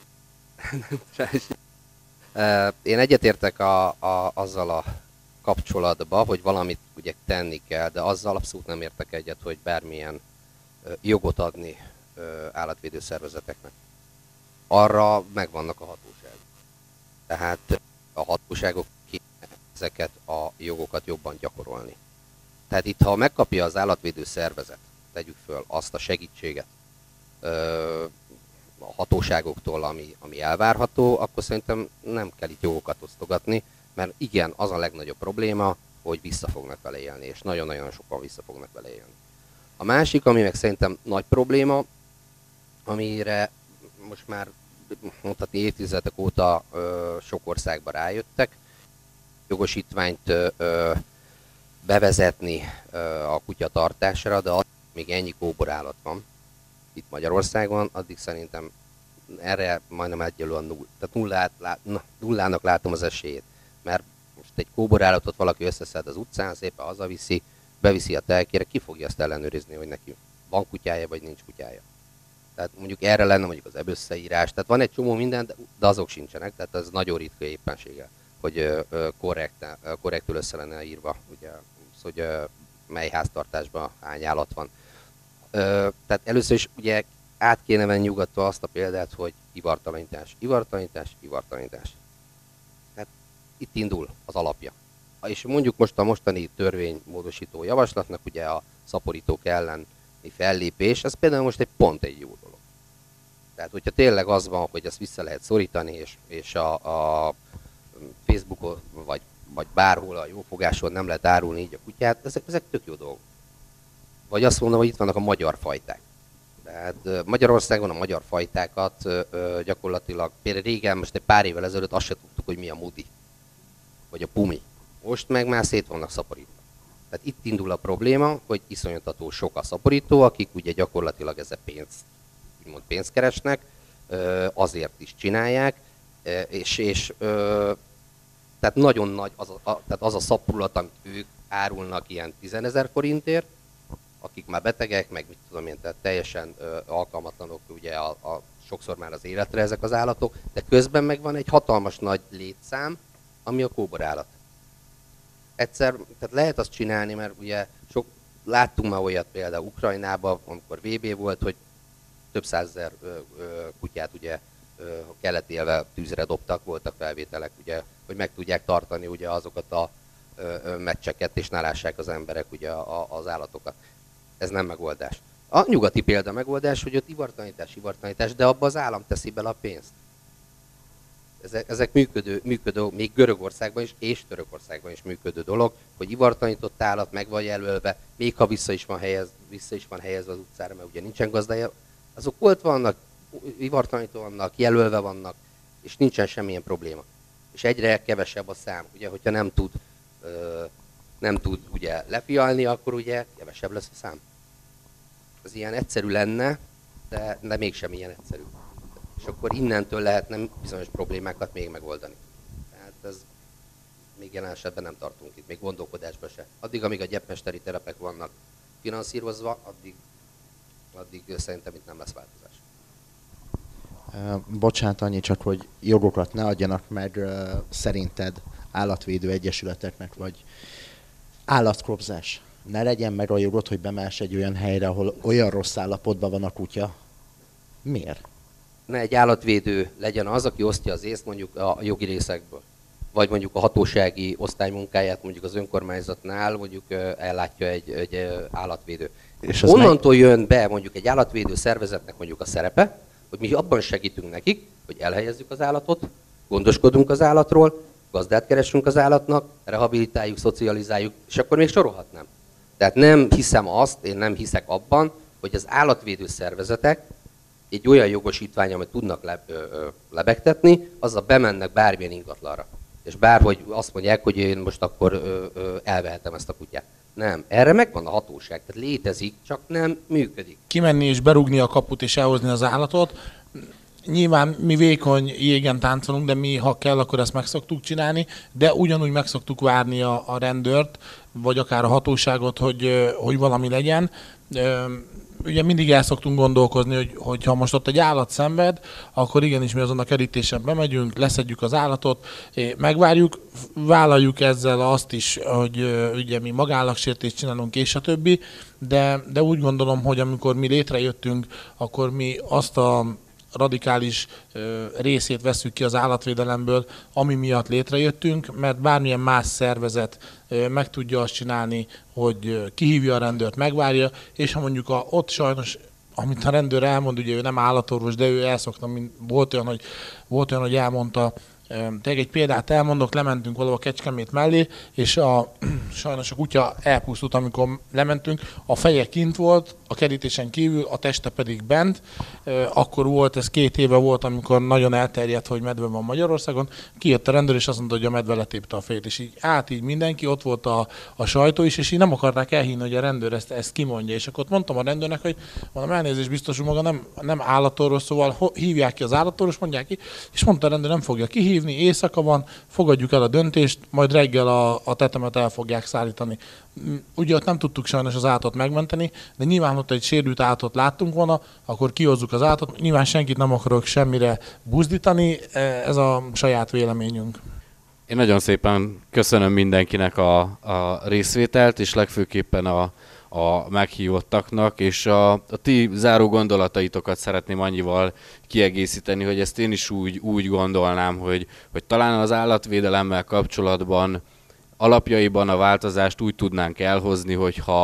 én egyetértek a, a, azzal a kapcsolatba, hogy valamit ugye tenni kell, de azzal abszolút nem értek egyet, hogy bármilyen uh, jogot adni uh, állatvédő szervezeteknek. Arra megvannak a hatóságok. Tehát a hatóságok kéne ezeket a jogokat jobban gyakorolni. Tehát itt, ha megkapja az állatvédő szervezet, tegyük föl azt a segítséget ö, a hatóságoktól, ami, ami elvárható, akkor szerintem nem kell itt jogokat osztogatni, mert igen, az a legnagyobb probléma, hogy vissza fognak vele élni, és nagyon-nagyon sokan vissza fognak vele élni. A másik, ami meg szerintem nagy probléma, amire most már mondhatni évtizedek óta ö, sok országban rájöttek, jogosítványt ö, ö, bevezetni ö, a kutyatartásra, de az, még ennyi kóborállat van itt Magyarországon, addig szerintem erre majdnem egyelő a null. Tehát nullát, lát, na, nullának látom az esélyét, mert most egy kóborállatot valaki összeszed az utcán, szépen hazaviszi, beviszi a telkére, ki fogja azt ellenőrizni, hogy neki van kutyája, vagy nincs kutyája. Tehát mondjuk erre lenne mondjuk az ebösszeírás, tehát van egy csomó minden, de azok sincsenek, tehát ez nagyon ritka éppensége, hogy korrekt, korrektül össze lenne írva, ugye, hogy mely háztartásban hány állat van. Tehát először is ugye át kéne venni nyugodtan azt a példát, hogy ivartalanítás, ivartalanítás, ivartalanítás. Tehát itt indul az alapja. És mondjuk most a mostani törvénymódosító javaslatnak ugye a szaporítók ellen fellépés, ez például most egy pont egy jó dolog. Tehát, hogyha tényleg az van, hogy ezt vissza lehet szorítani, és, és a, a Facebookon, vagy vagy bárhol a jófogáson nem lehet árulni így a kutyát, ezek, ezek tök jó dolgok. Vagy azt mondom, hogy itt vannak a magyar fajták. Tehát Magyarországon a magyar fajtákat ö, gyakorlatilag például régen, most egy pár évvel ezelőtt azt se tudtuk, hogy mi a mudi, vagy a pumi. Most meg már szét vannak szaporítva. Tehát itt indul a probléma, hogy iszonyatható sok a szaporító, akik ugye gyakorlatilag ezzel pénzt, úgymond pénzt keresnek, ö, azért is csinálják, és, és ö, tehát nagyon nagy az a, a, tehát az a szaporulat, amit ők árulnak ilyen tízezer forintért, akik már betegek, meg mit tudom én, tehát teljesen ö, alkalmatlanok ugye a, a, sokszor már az életre ezek az állatok, de közben meg van egy hatalmas nagy létszám, ami a kóborállat. Egyszer, tehát lehet azt csinálni, mert ugye sok, láttunk már olyat például Ukrajnában, amikor vé bé volt, hogy több százezer ö, ö, kutyát ugye ö, kellett élve tűzre dobtak, voltak felvételek, ugye, hogy meg tudják tartani ugye azokat a ö, ö, meccseket, és ne lássák az emberek ugye a, az állatokat. Ez nem megoldás. A nyugati példa megoldás, hogy ott ivartanítás, ivartanítás, de abba az állam teszi bele a pénzt. Ezek, ezek működő, működő, még Görögországban is, és Törökországban is működő dolog, hogy ivartanított állat meg van jelölve, még ha vissza is van helyez, vissza is van helyezve az utcára, mert ugye nincsen gazdája, azok ott vannak, ivartanító vannak, jelölve vannak, és nincsen semmilyen probléma. És egyre kevesebb a szám, ugye, hogyha nem tud, ö, nem tud ugye lefialni, akkor ugye kevesebb lesz a szám. Ez ilyen egyszerű lenne, de, de mégsem ilyen egyszerű. És akkor innentől lehetne bizonyos problémákat még megoldani. Tehát ez még jelen esetben nem tartunk itt, még gondolkodásban se. Addig, amíg a gyepmesteri terepek vannak finanszírozva, addig, addig szerintem itt nem lesz változás. Bocsánat, annyi csak, hogy jogokat ne adjanak meg szerinted állatvédő egyesületeknek, vagy állatkropzás. Ne legyen meg a jogot, hogy bemáss egy olyan helyre, ahol olyan rossz állapotban van a kutya. Miért? Ne egy állatvédő legyen az, aki osztja az észt mondjuk a jogi részekből. Vagy mondjuk a hatósági osztálymunkáját mondjuk az önkormányzatnál mondjuk ellátja egy, egy állatvédő. És onnantól meg... jön be mondjuk egy állatvédő szervezetnek mondjuk a szerepe, hogy mi abban segítünk nekik, hogy elhelyezzük az állatot, gondoskodunk az állatról, gazdát keresünk az állatnak, rehabilitáljuk, szocializáljuk, és akkor még sorolhatnám. Tehát nem hiszem azt, én nem hiszek abban, hogy az állatvédő szervezetek egy olyan jogosítvány, amit tudnak le, ö, ö, lebegtetni, azzal bemennek bármilyen ingatlanra. És bárhogy azt mondják, hogy én most akkor ö, ö, elvehetem ezt a kutyát. Nem, erre megvan a hatóság, tehát létezik, csak nem működik. Kimenni és berúgni a kaput és elhozni az állatot, nyilván mi vékony jégen táncolunk, de mi, ha kell, akkor ezt meg szoktuk csinálni, de ugyanúgy meg szoktuk várni a, a rendőrt, vagy akár a hatóságot, hogy, hogy valami legyen. Ugye mindig el szoktunk gondolkozni, hogy, hogy ha most ott egy állat szenved, akkor igenis mi azon a kerítésen bemegyünk, leszedjük az állatot, megvárjuk, vállaljuk ezzel azt is, hogy ugye mi magállagsértést csinálunk és a többi, de, de úgy gondolom, hogy amikor mi létrejöttünk, akkor mi azt a radikális ö, részét vesszük ki az állatvédelemből, ami miatt létrejöttünk, mert bármilyen más szervezet ö, meg tudja azt csinálni, hogy ö, kihívja a rendőrt, megvárja, és ha mondjuk a, ott sajnos, amit a rendőr elmond, ugye ő nem állatorvos, de ő elszokta, mint, volt olyan, hogy, volt olyan, hogy elmondta, tényleg egy példát elmondok, lementünk valahol Kecskemét mellé, és a, sajnos a kutya elpusztult, amikor lementünk, a feje kint volt, a kerítésen kívül, a teste pedig bent. Akkor volt, ez két éve volt, amikor nagyon elterjedt, hogy medve van Magyarországon. Kijött a rendőr, és azt mondta, hogy a medve letépte a fejét, és így át így mindenki, ott volt a, a sajtó is, és így nem akarták elhinni, hogy a rendőr ezt, ezt kimondja. És akkor ott mondtam a rendőrnek, hogy mondom, elnézést, biztos, hogy maga nem, nem állatorvos, szóval hívják ki az állatorvos, mondják ki, és mondta a rendőr, nem fogja kihívni, éjszaka van, fogadjuk el a döntést, majd reggel a, a tetemet el fogják szállítani. Ugye ott nem tudtuk sajnos az állatot megmenteni, de nyilván ott egy sérült állatot láttunk volna, akkor kihozzuk az állatot. Nyilván senkit nem akarok semmire buzdítani, ez a saját véleményünk. Én nagyon szépen köszönöm mindenkinek a, a részvételt, és legfőképpen a, a meghívottaknak, és a, a ti záró gondolataitokat szeretném annyival kiegészíteni, hogy ezt én is úgy, úgy gondolnám, hogy, hogy talán az állatvédelemmel kapcsolatban alapjaiban a változást úgy tudnánk elhozni, hogyha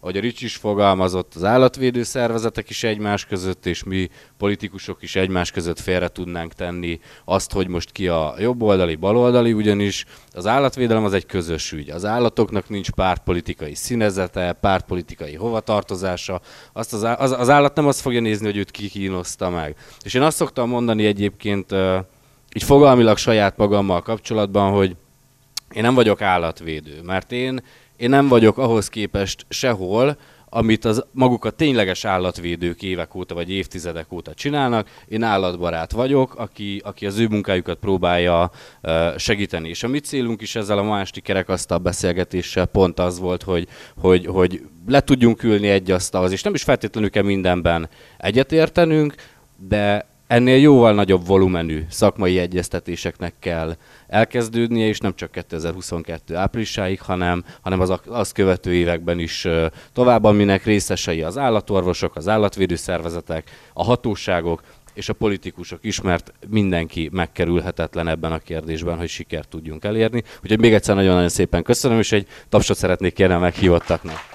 ahogy a Ricsi is fogalmazott, az állatvédő szervezetek is egymás között, és mi politikusok is egymás között félre tudnánk tenni azt, hogy most ki a jobboldali, baloldali, ugyanis az állatvédelem az egy közös ügy. Az állatoknak nincs pártpolitikai színezete, pártpolitikai hovatartozása. Azt az, az, az állat nem azt fogja nézni, hogy őt ki kínoszta meg. És én azt szoktam mondani egyébként, így fogalmilag saját magammal kapcsolatban, hogy én nem vagyok állatvédő, mert én, én nem vagyok ahhoz képest sehol, amit az maguk a tényleges állatvédők évek óta vagy évtizedek óta csinálnak. Én állatbarát vagyok, aki, aki az ő munkájukat próbálja uh, segíteni. És a mi célunk is ezzel a ma esti kerekasztal beszélgetéssel pont az volt, hogy, hogy, hogy le tudjunk ülni egy asztalhoz, és nem is feltétlenül kell mindenben egyetértenünk, de ennél jóval nagyobb volumenű szakmai egyeztetéseknek kell elkezdődnie, és nem csak kétezer-huszonkettő áprilisáig, hanem, hanem az azt követő években is tovább, aminek részesei az állatorvosok, az állatvédő szervezetek, a hatóságok és a politikusok is, mert mindenki megkerülhetetlen ebben a kérdésben, hogy sikert tudjunk elérni. Úgyhogy még egyszer nagyon-nagyon szépen köszönöm, és egy tapsot szeretnék kérni a meghívottaknak.